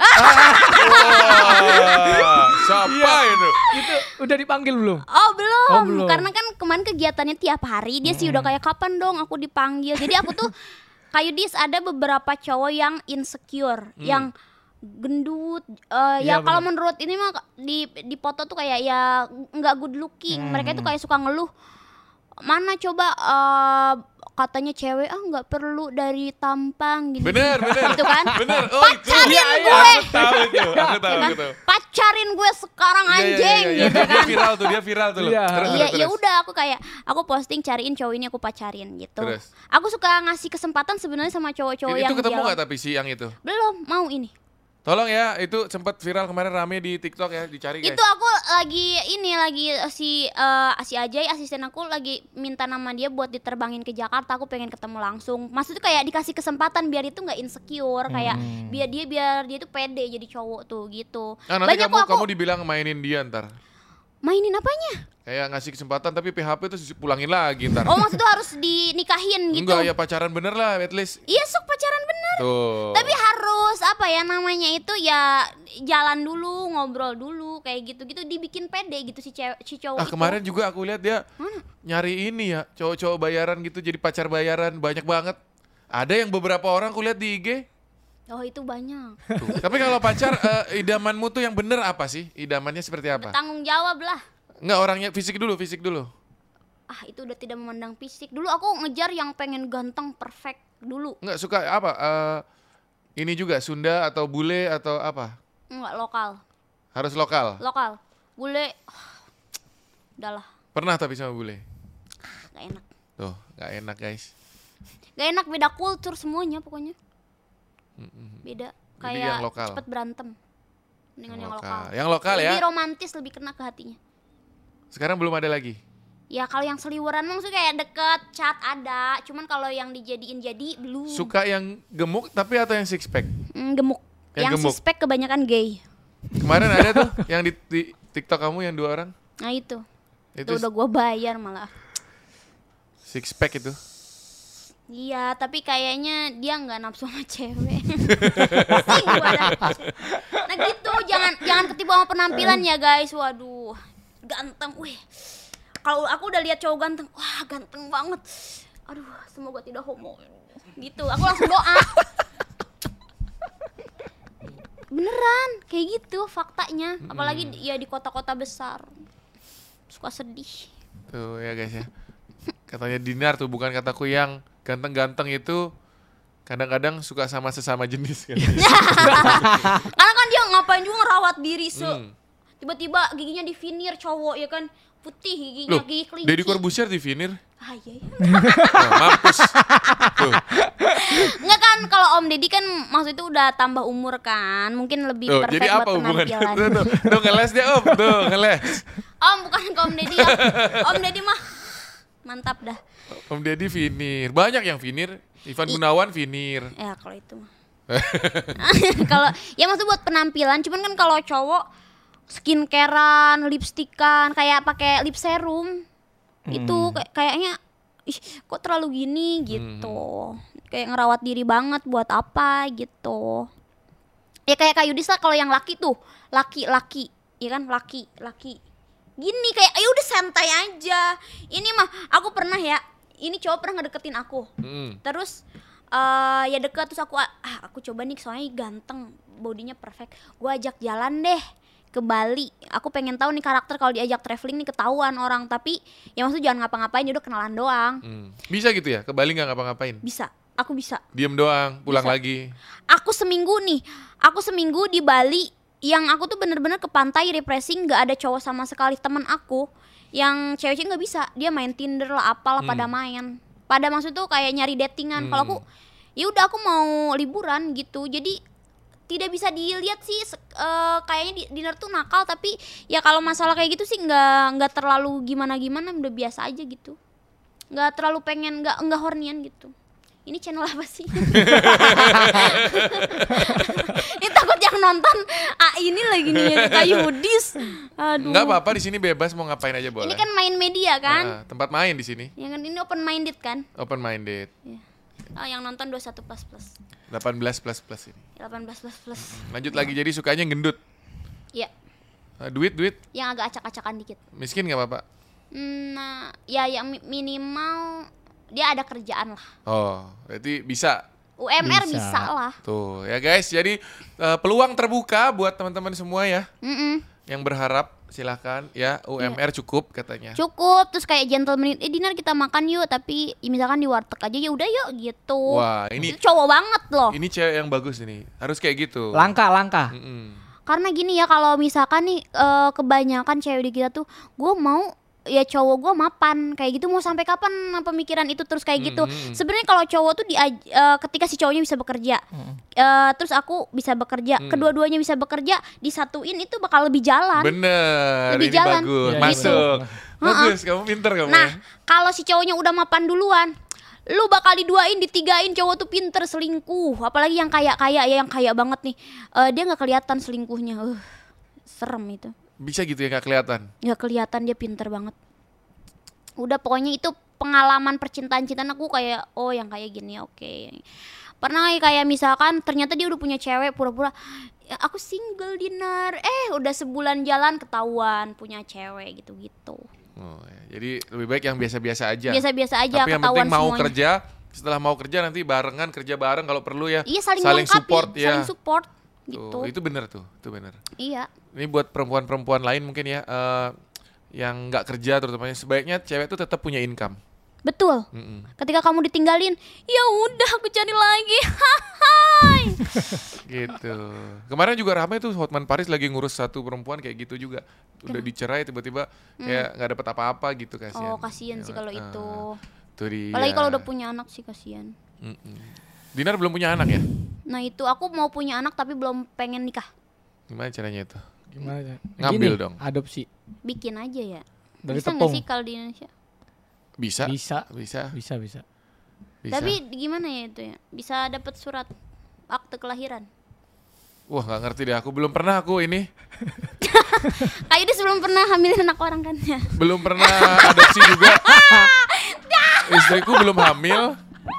Wah, siapa itu? Itu udah dipanggil belum? Oh belum. Oh, belum. Karena kan kemarin kegiatannya tiap hari. Dia sih udah kayak kapan dong aku dipanggil. Jadi aku tuh kayak dis ada beberapa cowok yang insecure, yang gendut. eh, Iya, ya kalau bener. menurut ini mah di di foto tuh kayak ya nggak good looking. Mereka tuh kayak suka ngeluh. Mana coba eh, katanya cewek ah nggak perlu dari tampang gitu. Bener, bener. Gitu kan? Bener. Oh itu. Pacarin Iya, iya, gue. Aku tahu itu. Aku tahu, Ya kan? aku tahu. Pacarin gue sekarang Iya, iya, anjing iya, iya. gitu Dia kan. viral tuh, dia viral tuh loh. Iya. Terus, Iya, terus, ya terus. udah aku kayak aku posting cariin cowok ini aku pacarin gitu. Terus? Aku suka ngasih kesempatan sebenarnya sama cowok-cowok yang Itu ketemu jalan. gak tapi si yang itu? Belum, mau ini. Tolong ya, itu sempat viral kemarin rame di TikTok ya, dicari guys. Itu aku lagi ini lagi eh, si eh, si Ajay asisten aku lagi minta nama dia buat diterbangin ke Jakarta. Aku pengen ketemu langsung. Maksudnya kayak dikasih kesempatan biar itu nggak insecure, kayak biar dia biar dia tuh pede jadi cowok tuh gitu. Ah, nanti Banyak kamu kok aku kamu dibilang mainin dia ntar. mainin apanya? Kayak ngasih kesempatan tapi P H P terus pulangin lagi ntar. Oh maksud tuh harus dinikahin gitu. Enggak ya pacaran bener lah at least. Iya sok pacaran bener. Tuh. Tapi harus apa ya namanya itu ya jalan dulu, ngobrol dulu kayak gitu-gitu dibikin pede gitu si cewek si cowok Ah itu. kemarin juga aku lihat dia nyari ini ya, cowok-cowok bayaran gitu jadi pacar bayaran banyak banget. Ada yang beberapa orang aku lihat di I G. Oh itu banyak. Tuh. Tapi kalau pacar eh, idamanmu tuh yang bener apa sih? Idamannya seperti apa? Bertanggung jawab lah. Enggak orangnya fisik dulu, fisik dulu. Ah itu udah tidak memandang fisik. Dulu aku ngejar yang pengen ganteng perfect dulu. Enggak suka apa? eh, ini juga Sunda atau bule atau apa? Enggak lokal. Harus lokal. Lokal. Bule udahlah, Pernah tapi sama bule. gak enak. Tuh, nggak enak guys. Gak enak beda kultur semuanya pokoknya. Beda. Jadi Kayak yang lokal. cepet berantem. Mendingan yang lokal. Yang lokal ya. Lebih romantis, lebih kena ke hatinya. Sekarang belum ada lagi. Ya kalau yang seliweran maksudnya kayak deket chat ada, cuman kalau yang dijadiin jadi belum. Suka yang gemuk tapi atau yang six pack? Mm, gemuk. Yang Yang, gemuk. six pack kebanyakan gay. Kemarin ada tuh yang di, di TikTok kamu yang dua orang. Nah itu. Itu Itu udah gua bayar malah. six pack itu. Iya, tapi kayaknya dia nggak nafsu sama cewek. Pusing gua dah. Nah gitu, jangan jangan ketipu sama penampilan ya guys. Waduh, ganteng. Wih, kalau aku udah lihat cowok ganteng, wah ganteng banget. Aduh, semoga tidak homo. Gitu, aku langsung doa. Beneran, kayak gitu faktanya. Apalagi di- ya di kota-kota besar. Suka sedih. Tuh ya guys ya. Katanya Dinar tuh, bukan kataku, yang ganteng-ganteng itu kadang-kadang suka sama sesama jenis kan. Karena kan dia ngapain juga ngerawat diri se. Hmm. Tiba-tiba giginya di veneer cowok ya kan, putih giginya, Loh, gigi kelinci. Deddy Corbuzier di veneer. Ah iya. iya. Nah, mampus. Tuh. Enggak kan, kalau Om Deddy kan maksud itu udah tambah umur kan, mungkin lebih Tuh, perfect jadi buat apa hubungannya? penampilan. Tuh, tuh, tuh ngeles dia Om, tuh ngeles. Om bukan ke Om Deddy ya. Om Deddy mah mantap dah. Om Deddy veneer, banyak yang veneer. Ivan Gunawan veneer. Ya kalau itu mah. Kalau ya maksud buat penampilan, cuman kan kalau cowok skincarean, lipstikan, kayak pakai lip serum. Itu kayak kayaknya ih kok terlalu gini gitu. Kayak ngerawat diri banget buat apa gitu. Ya kayak Kak Yudis lah kalau yang laki tuh, laki-laki, ya kan laki, laki. Gini kayak ayo udah santai aja. Ini mah aku pernah ya, ini cowok pernah ngedeketin aku. Mm. Terus eh ya deket, terus aku ah aku coba nih soalnya ganteng, bodinya perfect. Gua ajak jalan deh ke Bali. Aku pengen tahu nih karakter kalau diajak traveling nih ketahuan orang, tapi ya maksudnya jangan ngapa-ngapain, ya udah kenalan doang. Mm. Bisa gitu ya? Ke Bali nggak ngapa-ngapain? Bisa, aku bisa. Diem doang, pulang Bisa. lagi. Aku seminggu nih, aku seminggu di Bali yang aku tuh bener-bener ke pantai refreshing, nggak ada cowok sama sekali. Temen aku yang cewek-cewek nggak bisa, dia main Tinder lah apalah, pada main, pada maksud tuh kayak nyari datingan. Kalau aku ya udah aku mau liburan gitu, jadi tidak bisa dilihat sih se- eh, kayaknya di- dinner tuh nakal, tapi ya kalau masalah kayak gitu sih nggak nggak terlalu gimana gimana, udah biasa aja gitu, nggak terlalu pengen, nggak nggak hornian gitu. Ini channel apa sih? Ini takut yang nonton ah ini lagi nih Kak Yudis. Aduh. Nggak apa-apa, di sini bebas mau ngapain aja boleh. Ini kan main media kan? Ah, tempat main di sini, Yang kan ini open minded kan? open minded. Ya. Oh, yang nonton dua puluh satu plus plus. delapan belas plus plus ini. delapan belas plus plus. Lanjut lagi, jadi sukanya gendut. Iya, Ah, duit duit yang agak acak-acakan dikit. miskin nggak apa-apa. Hmm, Nah, ya yang mi- minimal dia ada kerjaan lah. Oh, berarti bisa. U M R Bisa. bisa, lah. Tuh ya guys, jadi eh, peluang terbuka buat teman-teman semua ya. Mm-mm. Yang berharap silahkan ya, U M R cukup katanya. Cukup, terus kayak gentleman, eh Dinar kita makan yuk, tapi ya misalkan di warteg aja, ya udah yuk gitu. Wah, ini Itu cowok banget loh. ini cewek yang bagus ini. Harus kayak gitu. Langka, langka. Mm-mm. Karena gini ya, kalau misalkan nih eh, kebanyakan cewek di kita tuh, gue mau ya cowok gue mapan kayak gitu, mau sampai kapan pemikiran itu terus kayak gitu. Mhm. Sebenarnya kalau cowok tuh di ketika si cowoknya bisa bekerja, eh, terus aku bisa bekerja, Hmm. kedua-duanya bisa bekerja, disatuin itu bakal lebih jalan. Bener, Lebih ini jalan. bagus. Iya, Masuk. gitu. Bagus, kamu pinter kamu Nah, ya. kalau si cowoknya udah mapan duluan, lu bakal diduain, ditigain. Cowok tuh pinter selingkuh, apalagi yang kaya-kaya ya, yang kaya banget nih. Eh, dia nggak kelihatan selingkuhnya. Uh, serem itu. Bisa gitu ya, nggak kelihatan. Nggak kelihatan, dia pinter banget. Udah pokoknya itu pengalaman percintaan-cintaan aku kayak oh yang kayak gini oke. Pernah kayak misalkan ternyata dia udah punya cewek, pura-pura "Ya, aku single Dinar." Eh udah sebulan jalan ketahuan punya cewek gitu-gitu. Oh, ya. Jadi lebih baik yang biasa-biasa aja. Biasa-biasa aja, Tapi yang ketahuan penting mau semuanya. kerja, setelah mau kerja nanti barengan, kerja bareng kalau perlu ya. Iya, saling, melengkapi, support ya. saling support Tuh, gitu. itu bener tuh, itu bener. Iya. Ini buat perempuan-perempuan lain mungkin ya, eh, yang nggak kerja terutamanya, sebaiknya cewek tuh tetap punya income. Betul. Mm-mm. Ketika kamu ditinggalin, ya udah aku cari lagi. Hai. Gitu. Kemarin juga ramai tuh, Hotman Paris lagi ngurus satu perempuan kayak gitu juga. Udah dicerai tiba-tiba kayak nggak dapet apa-apa gitu, kasihan. Oh, kasihan sih kalau Ah, itu. Tuh dia. Apalagi kalau udah punya anak sih kasihan. Mm-mm. Dinar belum punya anak ya? Nah, itu aku mau punya anak tapi belum pengen nikah. Gimana caranya itu? Gimana? Ngambil Gini, dong. Adopsi Bikin aja ya. dari Bisa nggak tepung. sih kalau di Indonesia? Bisa. Bisa. Bisa. Bisa, bisa. Bisa. Tapi gimana ya itu ya? Bisa dapat surat akte kelahiran. Wah, nggak ngerti deh. Aku belum pernah aku ini. Kayak dia sebelum pernah hamilin anak orang kan ya. Belum pernah adopsi juga. Istriku belum hamil.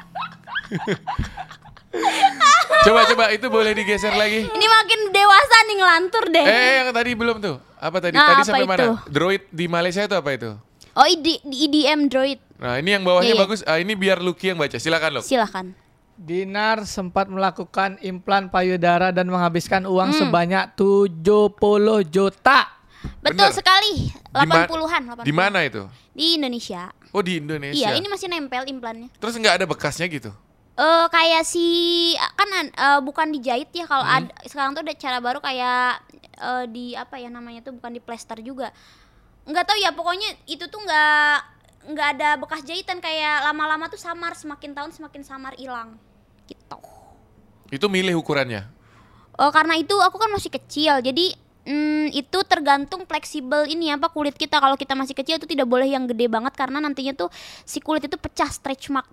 Coba coba itu boleh digeser lagi. Ini makin dewasa nih ngelantur deh. Eh yang tadi belum tuh. Apa tadi? Nah, tadi apa sampai itu? mana? Droid di Malaysia itu apa itu? Oh, I D, I D M Droid. Nah ini yang bawahnya Iya, iya. bagus. Ah, ini biar Lucky yang baca. Silakan Luk. Silakan. Dinar sempat melakukan implan payudara dan menghabiskan uang Hmm. sebanyak tujuh puluh juta. Betul Bener. sekali. Di ma- delapan puluhan. Di mana itu? Di Indonesia. Oh di Indonesia. Iya, ini masih nempel implannya. Terus nggak ada bekasnya gitu? Eh kayak si kan eh, bukan dijahit ya kalau Hmm. ada sekarang tuh ada cara baru kayak eh, di apa ya namanya tuh bukan di plester juga. Nggak tahu ya pokoknya itu tuh nggak nggak ada bekas jahitan kayak lama-lama tuh samar semakin tahun semakin samar hilang gitu. Itu milih ukurannya. Oh karena itu aku kan masih kecil jadi mm, itu tergantung fleksibel ini apa kulit kita kalau kita masih kecil itu tidak boleh yang gede banget karena nantinya tuh si kulit itu pecah stretch mark.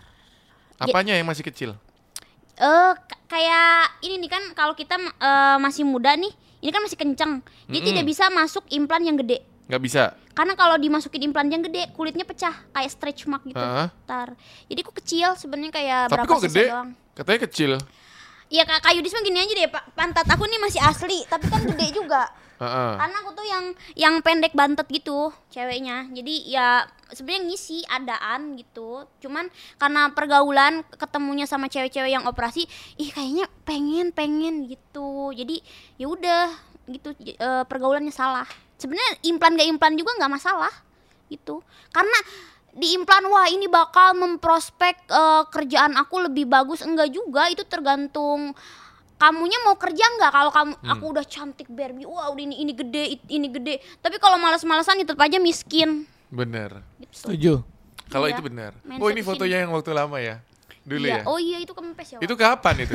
Apanya yang masih kecil? Eh k- kayak ini nih kan kalau kita eh, masih muda nih, ini kan masih kenceng. Dia Mm-mm. tidak bisa masuk implan yang gede. Nggak bisa. Karena kalau dimasukin implan yang gede, kulitnya pecah kayak stretch mark gitu. Hah? Ntar. Jadi aku kecil sebenarnya kayak Tapi berapa kok cc gede? doang. Katanya kecil. Ya Kak Kayu Disma gini aja deh, Pak. Pantat aku nih masih asli, tapi kan gede juga. Heeh. Karena aku tuh yang yang pendek bantet gitu ceweknya. Jadi ya sebenarnya ngisi adaan gitu. Cuman karena pergaulan ketemunya sama cewek-cewek yang operasi, ih kayaknya pengen pengen gitu. Jadi ya udah gitu j- eh, pergaulannya salah. Sebenarnya implan gak implan juga nggak masalah gitu. Karena di implan wah ini bakal memprospek eh, kerjaan aku lebih bagus enggak juga itu tergantung kamunya mau kerja nggak kalau kamu aku udah cantik Barbie wah udah ini ini gede it- ini gede tapi kalau malas-malasan tetap aja miskin Bener. gitu. Setuju. Kalau Iya. itu benar. Mindset Oh ini di fotonya yang waktu lama ya? Dulu Iya. ya? Oh iya itu kempes ya Wak. Itu kapan itu?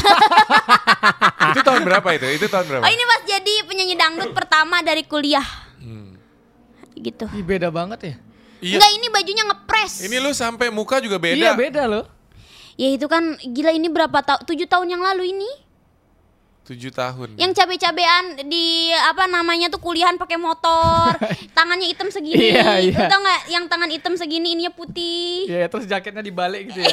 Itu tahun berapa itu? Itu tahun berapa? Oh ini pas jadi penyanyi dangdut pertama dari kuliah Hmm. gitu. Ih, beda banget ya. Iya. Enggak ini bajunya ngepres. Ini lu sampai muka juga beda. Iya beda loh. Ya itu kan gila ini berapa tahun? Tujuh tahun yang lalu ini. Tujuh tahun. Yang cabe-cabean di apa namanya tuh kuliahan pakai motor, tangannya hitam segini. Iya, iya. Lu tau nggak yang tangan hitam segini ininya putih. Iya terus jaketnya dibalik gitu ya.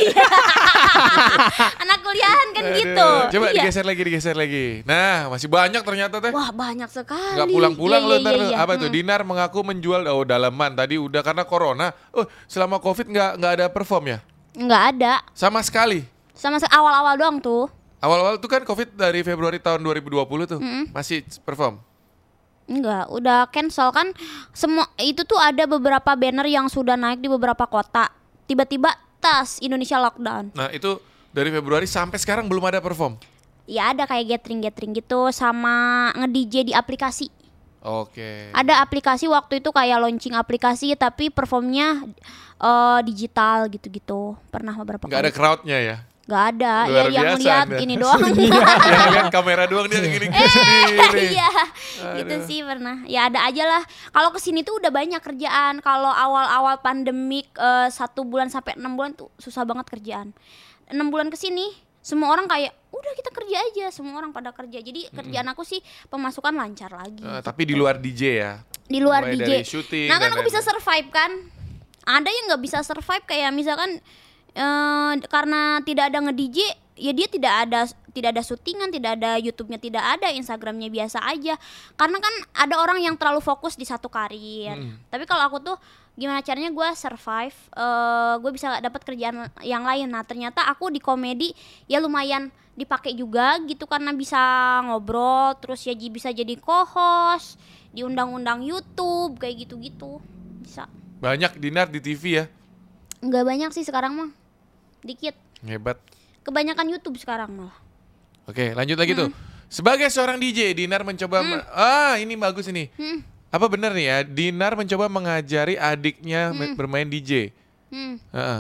Anak kuliahan kan Aduh. gitu. Coba Iya. digeser lagi, digeser lagi. Nah, masih banyak ternyata teh. Wah banyak sekali. Nggak pulang-pulang Iya, lo iya, ntar iya, lo. iya. Apa tuh? Hmm. Dinar mengaku menjual oh dalaman tadi udah karena corona. Oh selama covid nggak nggak ada perform ya? Nggak ada. Sama sekali. Sama se- awal-awal doang tuh. Awal-awal tuh kan covid dari Februari tahun dua ribu dua puluh tuh masih perform. Enggak, udah cancel kan. Semua itu tuh ada beberapa banner yang sudah naik di beberapa kota. Tiba-tiba tas Indonesia lockdown. Nah itu dari Februari sampai sekarang belum ada perform. Ya ada kayak gathering-gathering gitu sama nge-D J di aplikasi. Oke. Ada aplikasi waktu itu kayak launching aplikasi tapi performnya eh, digital gitu-gitu. Pernah beberapa Nggak ada kali. crowdnya ya? Nggak ada. Luar Ya yang biasa ngeliat Anda. ini doang. Yang lihat kamera doang dia gini sendiri. Iya, gitu sih pernah. Ya ada aja lah. Kalau kesini tuh udah banyak kerjaan. Kalau awal-awal pandemik eh, satu bulan sampai enam bulan tuh susah banget kerjaan. Enam bulan kesini semua orang kayak udah kita kerja aja. Semua orang pada kerja. Jadi kerjaan aku sih pemasukan lancar lagi. Eh, tapi di luar D J ya. Di luar mulai D J. dari syuting Nah kan dan aku bisa lain-lain. survive kan. Ada yang nggak bisa survive kayak misalkan eh, karena tidak ada nge-D J, ya dia tidak ada tidak ada syutingan, tidak ada YouTube-nya, tidak ada Instagramnya biasa aja. Karena kan ada orang yang terlalu fokus di satu karir. Hmm. Tapi kalau aku tuh gimana caranya gue survive, eh gue bisa dapat kerjaan yang lain. Nah ternyata aku di komedi ya lumayan dipakai juga gitu karena bisa ngobrol, terus ya ji- bisa jadi co-host, diundang-undang YouTube kayak gitu-gitu bisa. Banyak Dinar di T V ya. Nggak banyak sih sekarang mah, dikit. Hebat. Kebanyakan YouTube sekarang malah. Oke, lanjut lagi tuh. Sebagai seorang D J, Dinar mencoba me- ah ini bagus ini. Hmm. Apa benar nih ya? Dinar mencoba mengajari adiknya me- bermain D J. Hmm. Heeh.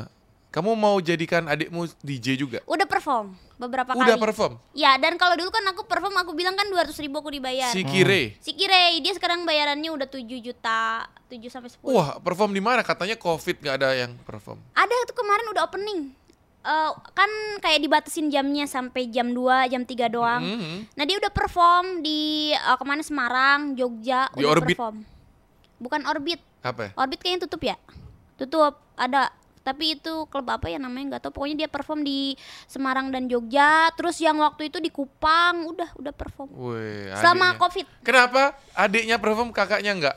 kamu mau jadikan adikmu D J juga? Udah perform beberapa kali. Udah perform? Ya, dan kalau dulu kan aku perform aku bilang kan dua ratus ribu aku dibayar. Si Kire? Si Kire, dia sekarang bayarannya udah tujuh juta, tujuh sampai sepuluh. Wah, perform di mana? Katanya Covid gak ada yang perform. Ada tuh kemarin udah opening. Uh, kan kayak dibatasin jamnya sampai jam dua, jam tiga doang. Mm-hmm. Nah, dia udah perform di uh, kemana Semarang, Jogja, Di udah Orbit? perform. Bukan Orbit. Apa? Orbit kayaknya tutup ya? Tutup, ada. Tapi itu klub apa ya namanya nggak tahu. Pokoknya dia perform di Semarang dan Jogja. Terus yang waktu itu di Kupang, udah udah perform. Wih, Selama adiknya. Covid. Kenapa adiknya perform, kakaknya enggak?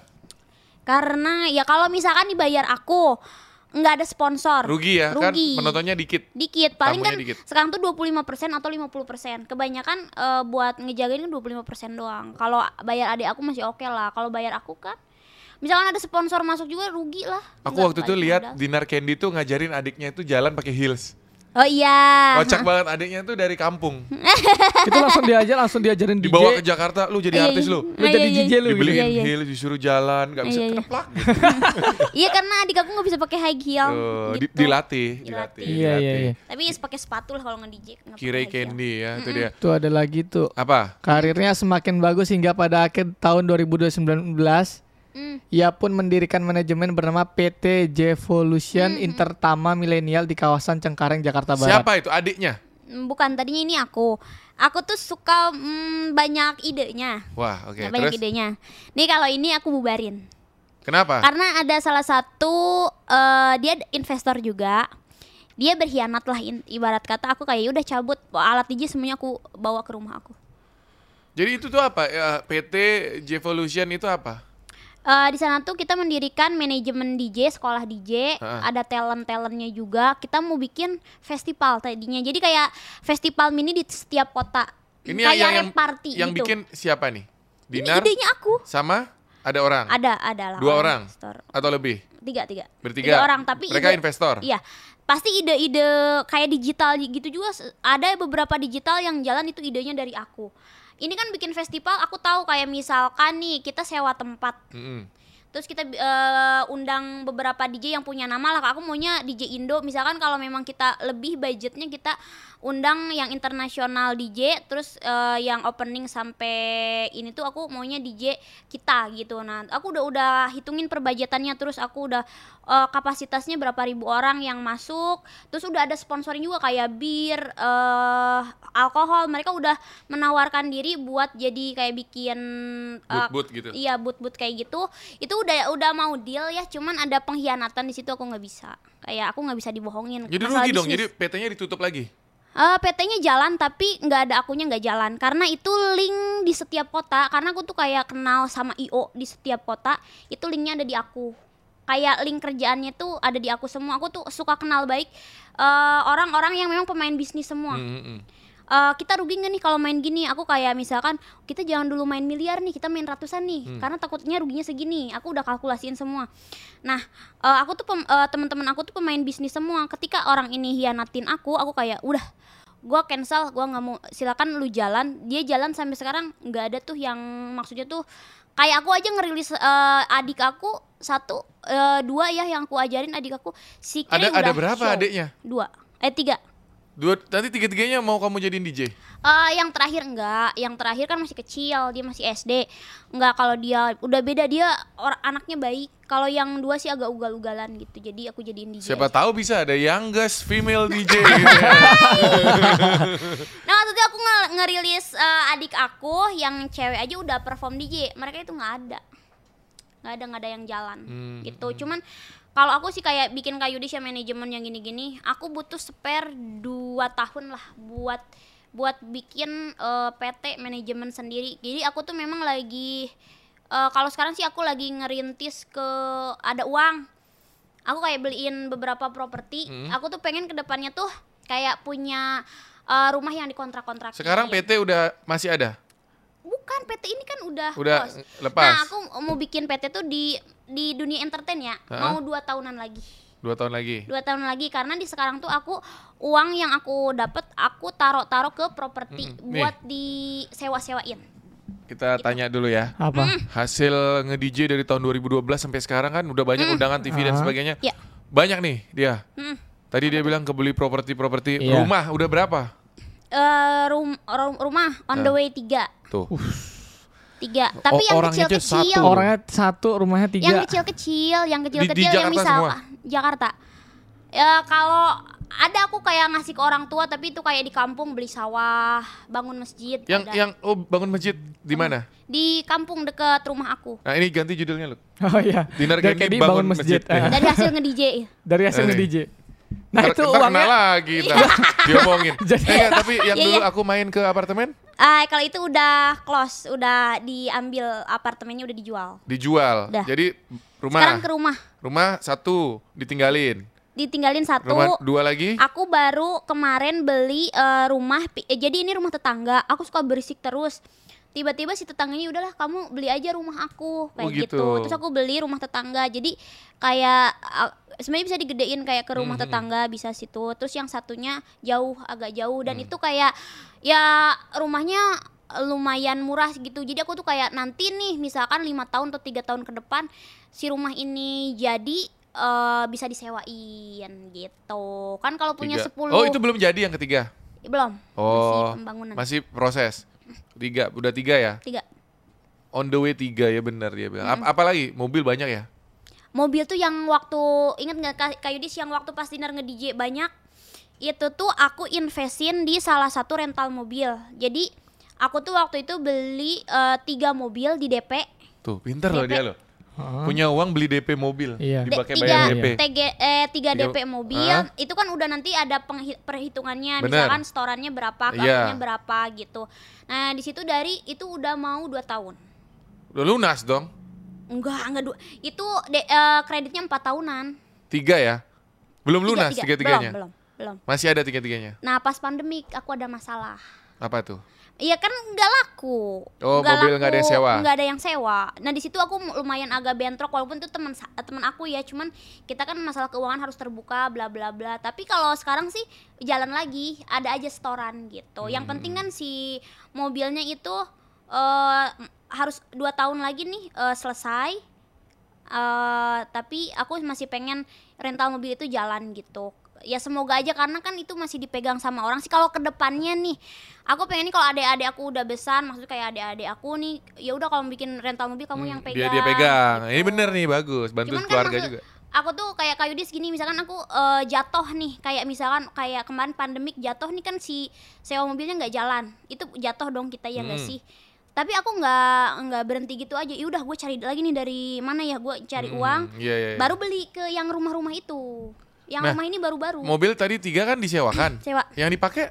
Karena ya kalau misalkan dibayar aku, nggak ada sponsor. Rugi ya, kan Rugi. penontonnya dikit. Dikit, paling kan Tamunya dikit. sekarang tuh dua puluh lima persen atau lima puluh persen. Kebanyakan eh, buat ngejagain kan dua puluh lima persen doang. Kalau bayar adik aku masih oke lah. Kalau bayar aku kan misalkan ada sponsor masuk juga rugi lah. Aku Nggak waktu itu balik lihat modal. Dinar Candy tuh ngajarin adiknya itu jalan pakai heels. Oh iya. Kocak banget, adiknya tuh dari kampung. Itu langsung diajar, langsung diajarin D J. Dibawa ke Jakarta, lu jadi Iya, artis iya. lu. Lu jadi Iya, D J iya. lu gitu. Dibeliin Iya, iya. heels, disuruh jalan, gak bisa Iya, iya. kedeplak gitu. Iya karena adik aku nggak bisa pakai high heel. Tuh, di- gitu. dilatih, Dilatih. dilatih. Iya, iya, dilatih. iya. Tapi ya pakai sepatu lah kalau nge-D J. nggak pakai Kire high heel. Candy ya, itu dia. Tuh ada lagi tuh. Apa? Karirnya semakin bagus hingga pada akhir tahun dua ribu sembilan belas Hmm. ia pun mendirikan manajemen bernama P T Jevolution Intertama Milenial di kawasan Cengkareng, Jakarta Barat. Siapa itu? Adiknya? Mm, Bukan, tadinya ini aku. Aku tuh suka mm, banyak idenya. Wah, oke. Nah, banyak Terus idenya. Nih kalau ini aku bubarin. kenapa? Karena ada salah satu eh, dia investor juga. Dia berkhianat lah in- ibarat kata aku kayak udah cabut alat D J semuanya aku bawa ke rumah aku. Jadi itu tuh apa? Ya, P T Jevolution itu apa? Eh, di sana tuh kita mendirikan manajemen D J, sekolah D J, Ha-ha. ada talent-talentnya juga. Kita mau bikin festival tadinya. Jadi kayak festival mini di setiap kota. Ini kayak yang yang, rap party yang gitu. bikin siapa nih? Ini Dinar idenya aku. sama ada orang? Ada, ada lah. Dua orang? investor. Atau lebih? Tiga, tiga. Bertiga? Tiga orang, tapi Mereka ide- investor? Iya. Pasti ide-ide kayak digital gitu juga s- ada beberapa digital yang jalan itu idenya dari aku. Ini kan bikin festival, aku tahu kayak misalkan nih kita sewa tempat. Mm-mm. Terus kita eh, undang beberapa D J yang punya nama lah. Aku maunya D J Indo. Misalkan kalau memang kita lebih budgetnya kita undang yang internasional D J. Terus eh, yang opening sampai ini tuh aku maunya D J kita gitu. Nah aku udah udah hitungin perbudgetannya. Terus aku udah eh, kapasitasnya berapa ribu orang yang masuk. Terus udah ada sponsoring juga kayak bir, eh, alkohol. Mereka udah menawarkan diri buat jadi kayak bikin eh, Boot-boot gitu. Iya, boot-boot kayak gitu. Itu udah udah mau deal ya, cuman ada pengkhianatan di situ aku nggak bisa. Kayak aku nggak bisa dibohongin. Jadi Masalah rugi dong, bisnis. jadi P T-nya ditutup lagi? Eh, P T-nya jalan tapi nggak ada akunya nggak jalan karena itu link di setiap kota. Karena aku tuh kayak kenal sama I O di setiap kota, itu linknya ada di aku. Kayak link kerjaannya tuh ada di aku semua. Aku tuh suka kenal baik eh, orang-orang yang memang pemain bisnis semua. Mm-mm. Eh, kita rugi nggak nih kalau main gini? Aku kayak misalkan kita jangan dulu main miliar nih, kita main ratusan nih, Hmm. karena takutnya ruginya segini. Aku udah kalkulasiin semua. Nah, eh, aku tuh pem- eh, teman-teman aku tuh pemain bisnis semua. Ketika orang ini hianatin aku, aku kayak udah, gua cancel, gua nggak mau. Silakan lu jalan. Dia jalan sampai sekarang nggak ada tuh yang maksudnya tuh kayak aku aja ngerilis eh, adik aku satu, eh, dua ya yang aku ajarin adik aku. Si Ada Kay ada udah berapa show. adiknya? Dua, eh tiga. Dua, nanti tiga-tiganya mau kamu jadiin D J? Eh, yang terakhir enggak, yang terakhir kan masih kecil, dia masih S D. Enggak, kalau dia udah beda, dia orang anaknya baik. Kalau yang dua sih agak ugal-ugalan gitu. Jadi aku jadiin D J. Siapa aja. tahu bisa ada youngest female D J gitu ya. Nah, waktu itu aku nge- ngerilis eh, adik aku yang cewek aja udah perform D J. Mereka itu nggak ada. Nggak ada, nggak ada yang jalan Hmm, gitu. Cuman kalau aku sih kayak bikin kayu di manajemen yang gini-gini, aku butuh spare dua tahun lah buat buat bikin eh, P T manajemen sendiri. Jadi aku tuh memang lagi eh, kalau sekarang sih aku lagi ngerintis ke ada uang. Aku kayak beliin beberapa properti. Hmm. Aku tuh pengen kedepannya tuh kayak punya eh, rumah yang dikontrak-kontrak. Sekarang P T udah masih ada? Bukan, P T ini kan udah Udah close. lepas? Nah, aku mau bikin P T tuh di di dunia entertain ya. Ha-ha. Mau dua tahunan lagi. Dua tahun lagi? Dua tahun lagi karena di sekarang tuh aku uang yang aku dapat aku taruh-taruh ke properti Mm-mm. buat disewa-sewain. Kita tanya dulu ya. Apa? Hasil nge-D J dari tahun dua ribu dua belas sampai sekarang kan udah banyak undangan T V dan Ah. sebagainya. Ya. Banyak nih dia. Mm. Tadi dia bilang kebeli properti-properti. Iya. Rumah udah berapa? Eh, rum, rum- rumah on the Ah. way tiga. Tuh. Tiga. Tapi O- yang orangnya aja kecil-kecil. satu. Orangnya satu, rumahnya tiga. Yang kecil-kecil, yang Di- di kecil-kecil yang Jakarta misal semua? Jakarta. Ya kalau ada aku kayak ngasih ke orang tua tapi itu kayak di kampung beli sawah, bangun masjid. Yang ada. yang oh bangun masjid di mana? Di kampung deket rumah aku. Nah ini ganti judulnya lu. Oh iya. Dinar Dari Candy Candy bangun bangun masjid. masjid. Ah. Dari hasil nge-D J. Dari hasil Eh. nge-D J. Nah Ntar- itu ntar kena uangnya. lagi ntar diomongin. Jadi- Eh, enggak, tapi yang Iya, dulu iya. aku main ke apartemen Ah, kalau itu udah close, udah diambil apartemennya udah dijual. dijual. Udah. Jadi rumah Sekarang ke rumah, rumah satu ditinggalin. ditinggalin satu. Rumah dua lagi. Aku baru kemarin beli eh, rumah, pi- eh, jadi ini rumah tetangga. Aku suka berisik terus. Tiba-tiba si tetangganya udahlah kamu beli aja rumah aku kayak Oh, gitu. gitu. Terus aku beli rumah tetangga. Jadi kayak uh, sebenarnya bisa digedein kayak ke rumah Mhm. tetangga bisa situ. Terus yang satunya jauh agak jauh dan Hmm. itu kayak ya rumahnya lumayan murah gitu. Jadi aku tuh kayak nanti nih misalkan lima tahun atau tiga tahun ke depan si rumah ini jadi eh, bisa disewain gitu. Kan kalau punya Tiga. sepuluh Oh itu belum jadi yang ketiga. belum. Oh Masih pembangunan. masih proses. Tiga udah tiga ya. Tiga. On the way tiga ya benar dia bilang. Ap- apalagi mobil banyak ya. Mobil tuh yang waktu inget nggak Kak Kak Yudis yang waktu pas dinner nge-D J banyak itu tuh aku investin di salah satu rental mobil. Jadi aku tuh waktu itu beli eh, tiga mobil di D P. Tuh pinter loh D P. dia loh. Punya uang beli D P mobil. Iya. D- Dipakai tiga bayar Iya. D P. T G eh tiga D P Tiga- mobil Hah? itu kan udah nanti ada penghi- perhitungannya Bener. misalkan setorannya berapa, Iya. keamanannya berapa gitu. Nah, di situ dari itu udah mau dua tahun. Udah lunas dong. Enggak, enggak dua. Itu de- eh, kreditnya empat tahunan. Tiga ya. Belum Tiga, lunas tiga. tiga-tiganya. Belum, belum, belum. Masih ada tiga-tiganya. Nah, pas pandemik aku ada masalah. Apa tuh? Iya kan nggak laku. Oh, mobil nggak ada yang sewa. Nggak ada yang sewa. Nah di situ aku lumayan agak bentrok walaupun itu teman teman aku ya. Cuman kita kan masalah keuangan harus terbuka bla bla bla. Tapi kalau sekarang sih jalan lagi, ada aja setoran gitu. Yang Hmm. penting kan si mobilnya itu eh, harus dua tahun lagi nih eh, selesai. Eh, tapi aku masih pengen rental mobil itu jalan gitu. Ya semoga aja karena kan itu masih dipegang sama orang sih. Kalau kedepannya nih, aku pengen nih kalau adik-adik aku udah besar, maksudnya kayak adik-adik aku nih, ya udah kalau bikin rental mobil kamu yang Dia pegang. dia pegang. gitu. Ini bener nih bagus. Bantu Cuman kan keluarga maksud- juga. Aku tuh kayak Kak Yudis gini, misalkan aku eh, jatuh nih, kayak misalkan kayak kemarin pandemik jatuh nih kan si sewa mobilnya nggak jalan, itu jatuh dong kita ya nggak Hmm. sih? Tapi aku nggak nggak berhenti gitu aja. Ya udah gue cari lagi nih dari mana ya, gue cari Hmm, uang, Iya iya. iya. baru beli ke yang rumah-rumah itu. Yang Nah, rumah ini baru-baru. Mobil tadi tiga kan disewakan. Sewa Yang dipakai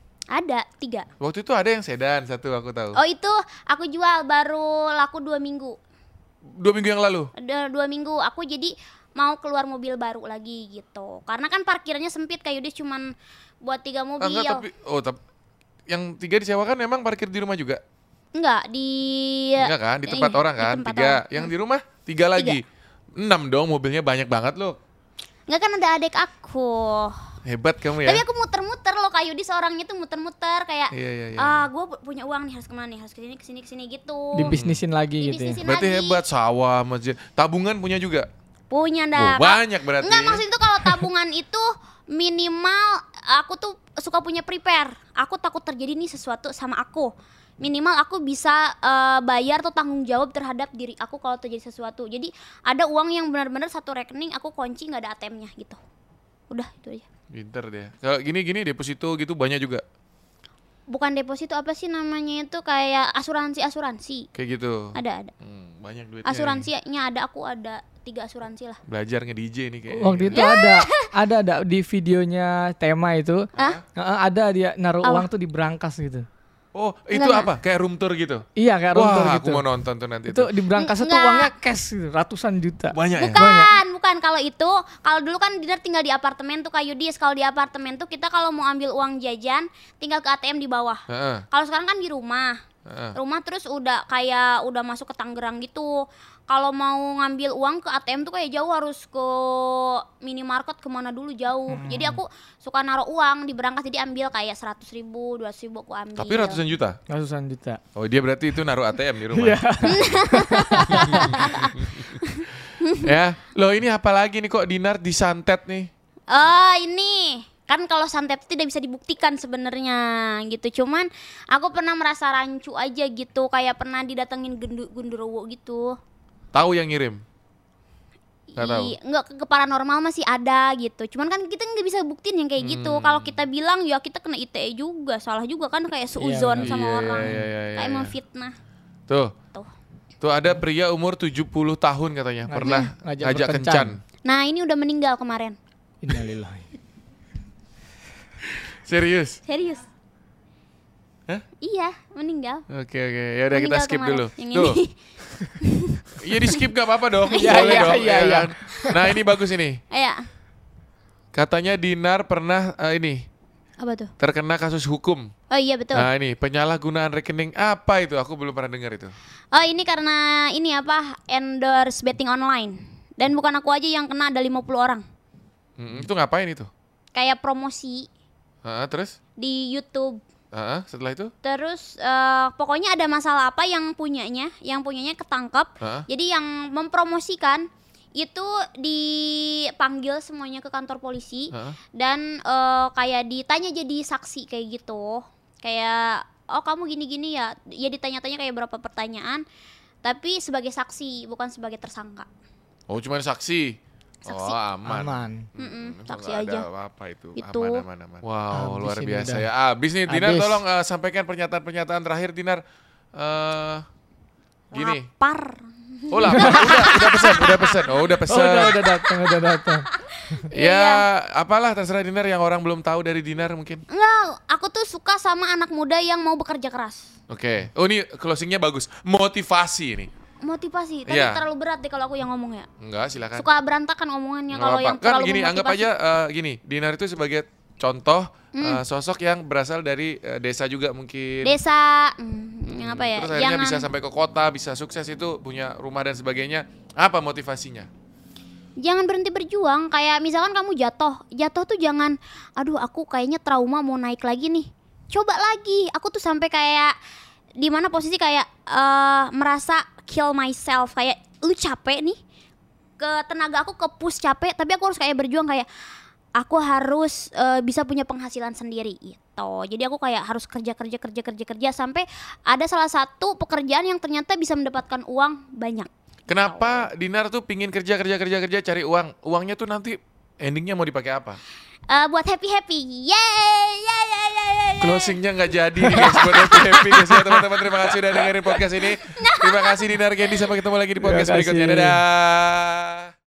ada tiga. waktu itu ada yang sedan satu aku tahu. Oh itu aku jual baru laku dua minggu. Dua minggu yang lalu. Ada dua minggu aku jadi mau keluar mobil baru lagi gitu. Karena kan parkirnya sempit kayak Yudis cuman buat tiga Ah, mobil. enggak tapi oh tapi yang tiga disewakan memang parkir di rumah juga. Enggak, di Enggak kan di tempat Iya, orang di kan tempat tiga. orang. Yang di rumah tiga lagi. Enam dong mobilnya banyak banget loh. Enggak kan ada adik aku. Hebat kamu ya. Tapi aku muter-muter loh kayak Yudis orangnya tuh muter-muter kayak Iya iya iya. ah gue punya uang nih harus kemana nih harus kesini kesini kesini gitu. Dibisnisin lagi gitu ya. Dibisnisin Berarti lagi. hebat sawah masjid. Tabungan punya juga. Punya Oh, dah. banyak berarti. Enggak maksud itu kalau tabungan itu minimal aku tuh suka punya prepare. Aku takut terjadi nih sesuatu sama aku. Minimal aku bisa eh, bayar atau tanggung jawab terhadap diri aku kalau terjadi sesuatu. Jadi ada uang yang benar-benar satu rekening aku kunci nggak ada A T M-nya gitu. Udah itu aja. Pinter dia. Kalau gini-gini deposito gitu banyak juga. Bukan deposito apa sih namanya itu kayak asuransi-asuransi. Kayak gitu. Ada ada. Hmm, banyak duitnya. nih. Asuransinya ada aku ada tiga asuransi lah. Belajar nge-D J nih kayak. Waktu itu ada ada ada di videonya tema itu. Hah? Heeh, ada dia naruh Apa? uang tuh di brankas gitu. Oh, itu Enggak, apa? Kayak room tour gitu. Iya kayak room tour Wah, gitu. aku mau nonton tuh nanti Itu itu. di brankas itu Enggak. uangnya cash gitu, ratusan juta. Banyak ya? Bukan, bukan kalau itu, kalau dulu kan Dinar tinggal di apartemen tuh Kak Yudis. Kalau di apartemen tuh kita kalau mau ambil uang jajan tinggal ke A T M di bawah. Heeh. Kalau sekarang kan di rumah. heeh. Rumah terus udah kayak udah masuk ke Tangerang gitu. Kalau mau ngambil uang ke A T M tuh kayak jauh harus ke minimarket kemana dulu jauh. Jadi aku suka naruh uang di berangkas jadi ambil kayak seratus ribu, dua ratus ribu aku ambil. Tapi ratusan juta. Ratusan juta. Oh, dia berarti itu naruh A T M di rumah. Iya. Ya. Loh, ini apa lagi nih kok Dinar disantet nih? Eh ini kan kalau santet itu tidak bisa dibuktikan sebenarnya gitu. Cuman aku pernah merasa rancu aja gitu, kayak pernah didatengin gendu- gundurwo gitu. Tahu yang ngirim? Nggak tahu. I- Nggak ke, ke paranormal masih ada gitu. Cuman kan kita nggak bisa buktiin yang kayak gitu. Hmm. Kalau kita bilang ya kita kena I T E juga, salah juga kan kayak seuzon benar. sama Iya, orang. iya, iya, iya, kayak iya. memfitnah. Tuh. Tuh. Tuh ada pria umur tujuh puluh tahun katanya Ngajak- pernah ngajak ngajak berkencan. kencan. Nah, ini udah meninggal kemarin. Innalillahi. Serius? Serius. Hah? Iya, meninggal. Oke oke, ya udah kita Meninggal skip kemarin. dulu. Yang Tuh. ini. Iya di skip gak apa-apa dong. Iya, Boleh iya, dong, iya, ya iya. kan? Nah ini bagus ini. Iya. Katanya Dinar pernah eh, ini Apa tuh? terkena kasus hukum. Oh iya betul. Nah ini penyalahgunaan rekening apa itu? Aku belum pernah dengar itu. Oh ini karena ini apa? Endorse betting online. Dan bukan aku aja yang kena, ada lima puluh orang. Hmm, itu ngapain itu? Kayak promosi Ah, terus? di YouTube. Ah, setelah itu? Terus eh, pokoknya ada masalah apa yang punyanya, yang punyanya ketangkep. Ah. Jadi yang mempromosikan itu dipanggil semuanya ke kantor polisi Ah. dan eh, kayak ditanya jadi saksi kayak gitu. Kayak oh kamu gini-gini ya, ya ditanya-tanya kayak berapa pertanyaan, tapi sebagai saksi bukan sebagai tersangka. Oh cuma saksi. Saksi. Oh aman. Aman. Mm-mm, Hmm, saksi nggak ada aja. apa-apa itu. Itu. Aman aman aman. Wow Abis luar ini biasa udah. ya. Abis nih Dinar Abis. tolong eh, sampaikan pernyataan-pernyataan terakhir Dinar. Eh gini. Lapar. Oh lapar. udah udah pesan, udah pesan. Oh udah Oh, pesan. udah udah datang, udah datang. Ya, apalah terserah Dinar yang orang belum tahu dari Dinar mungkin. Enggak, aku tuh suka sama anak muda yang mau bekerja keras. Oke. Oh ini closingnya bagus. Motivasi ini. Motivasi, tapi Iya. terlalu berat deh kalau aku yang ngomong ya. Enggak, silakan. Suka berantakan omongannya Nggak kalau apa-apa. yang Kan terlalu gini, anggap memotivasi. aja eh, gini, Dinar itu sebagai contoh Hmm. eh, sosok yang berasal dari eh, desa juga mungkin. Desa, hmm, yang apa ya? Terus akhirnya Jangan bisa sampai ke kota, bisa sukses itu, punya rumah dan sebagainya. Apa motivasinya? jangan berhenti berjuang. Kayak misalkan kamu jatuh, jatuh tuh jangan, aduh aku kayaknya trauma mau naik lagi nih. Coba lagi. Aku tuh sampai kayak di mana posisi kayak eh, merasa kill myself, kayak lu capek nih. Ke tenaga aku ke push capek, tapi aku harus kayak berjuang kayak aku harus eh, bisa punya penghasilan sendiri gitu. Jadi aku kayak harus kerja kerja kerja kerja kerja sampai ada salah satu pekerjaan yang ternyata bisa mendapatkan uang banyak. Kenapa Dinar tuh pingin kerja kerja kerja kerja cari uang? Uangnya tuh nanti endingnya mau dipakai apa? Eh, buat happy happy, yeay, yeay, yeay, yeay, yeay. Closingnya nggak jadi nih guys, buat happy happy guys ya teman-teman. Terima kasih udah dengerin podcast ini. Terima kasih Dinar Candy, sampai ketemu lagi di podcast Terima kasih. berikutnya. Dadah.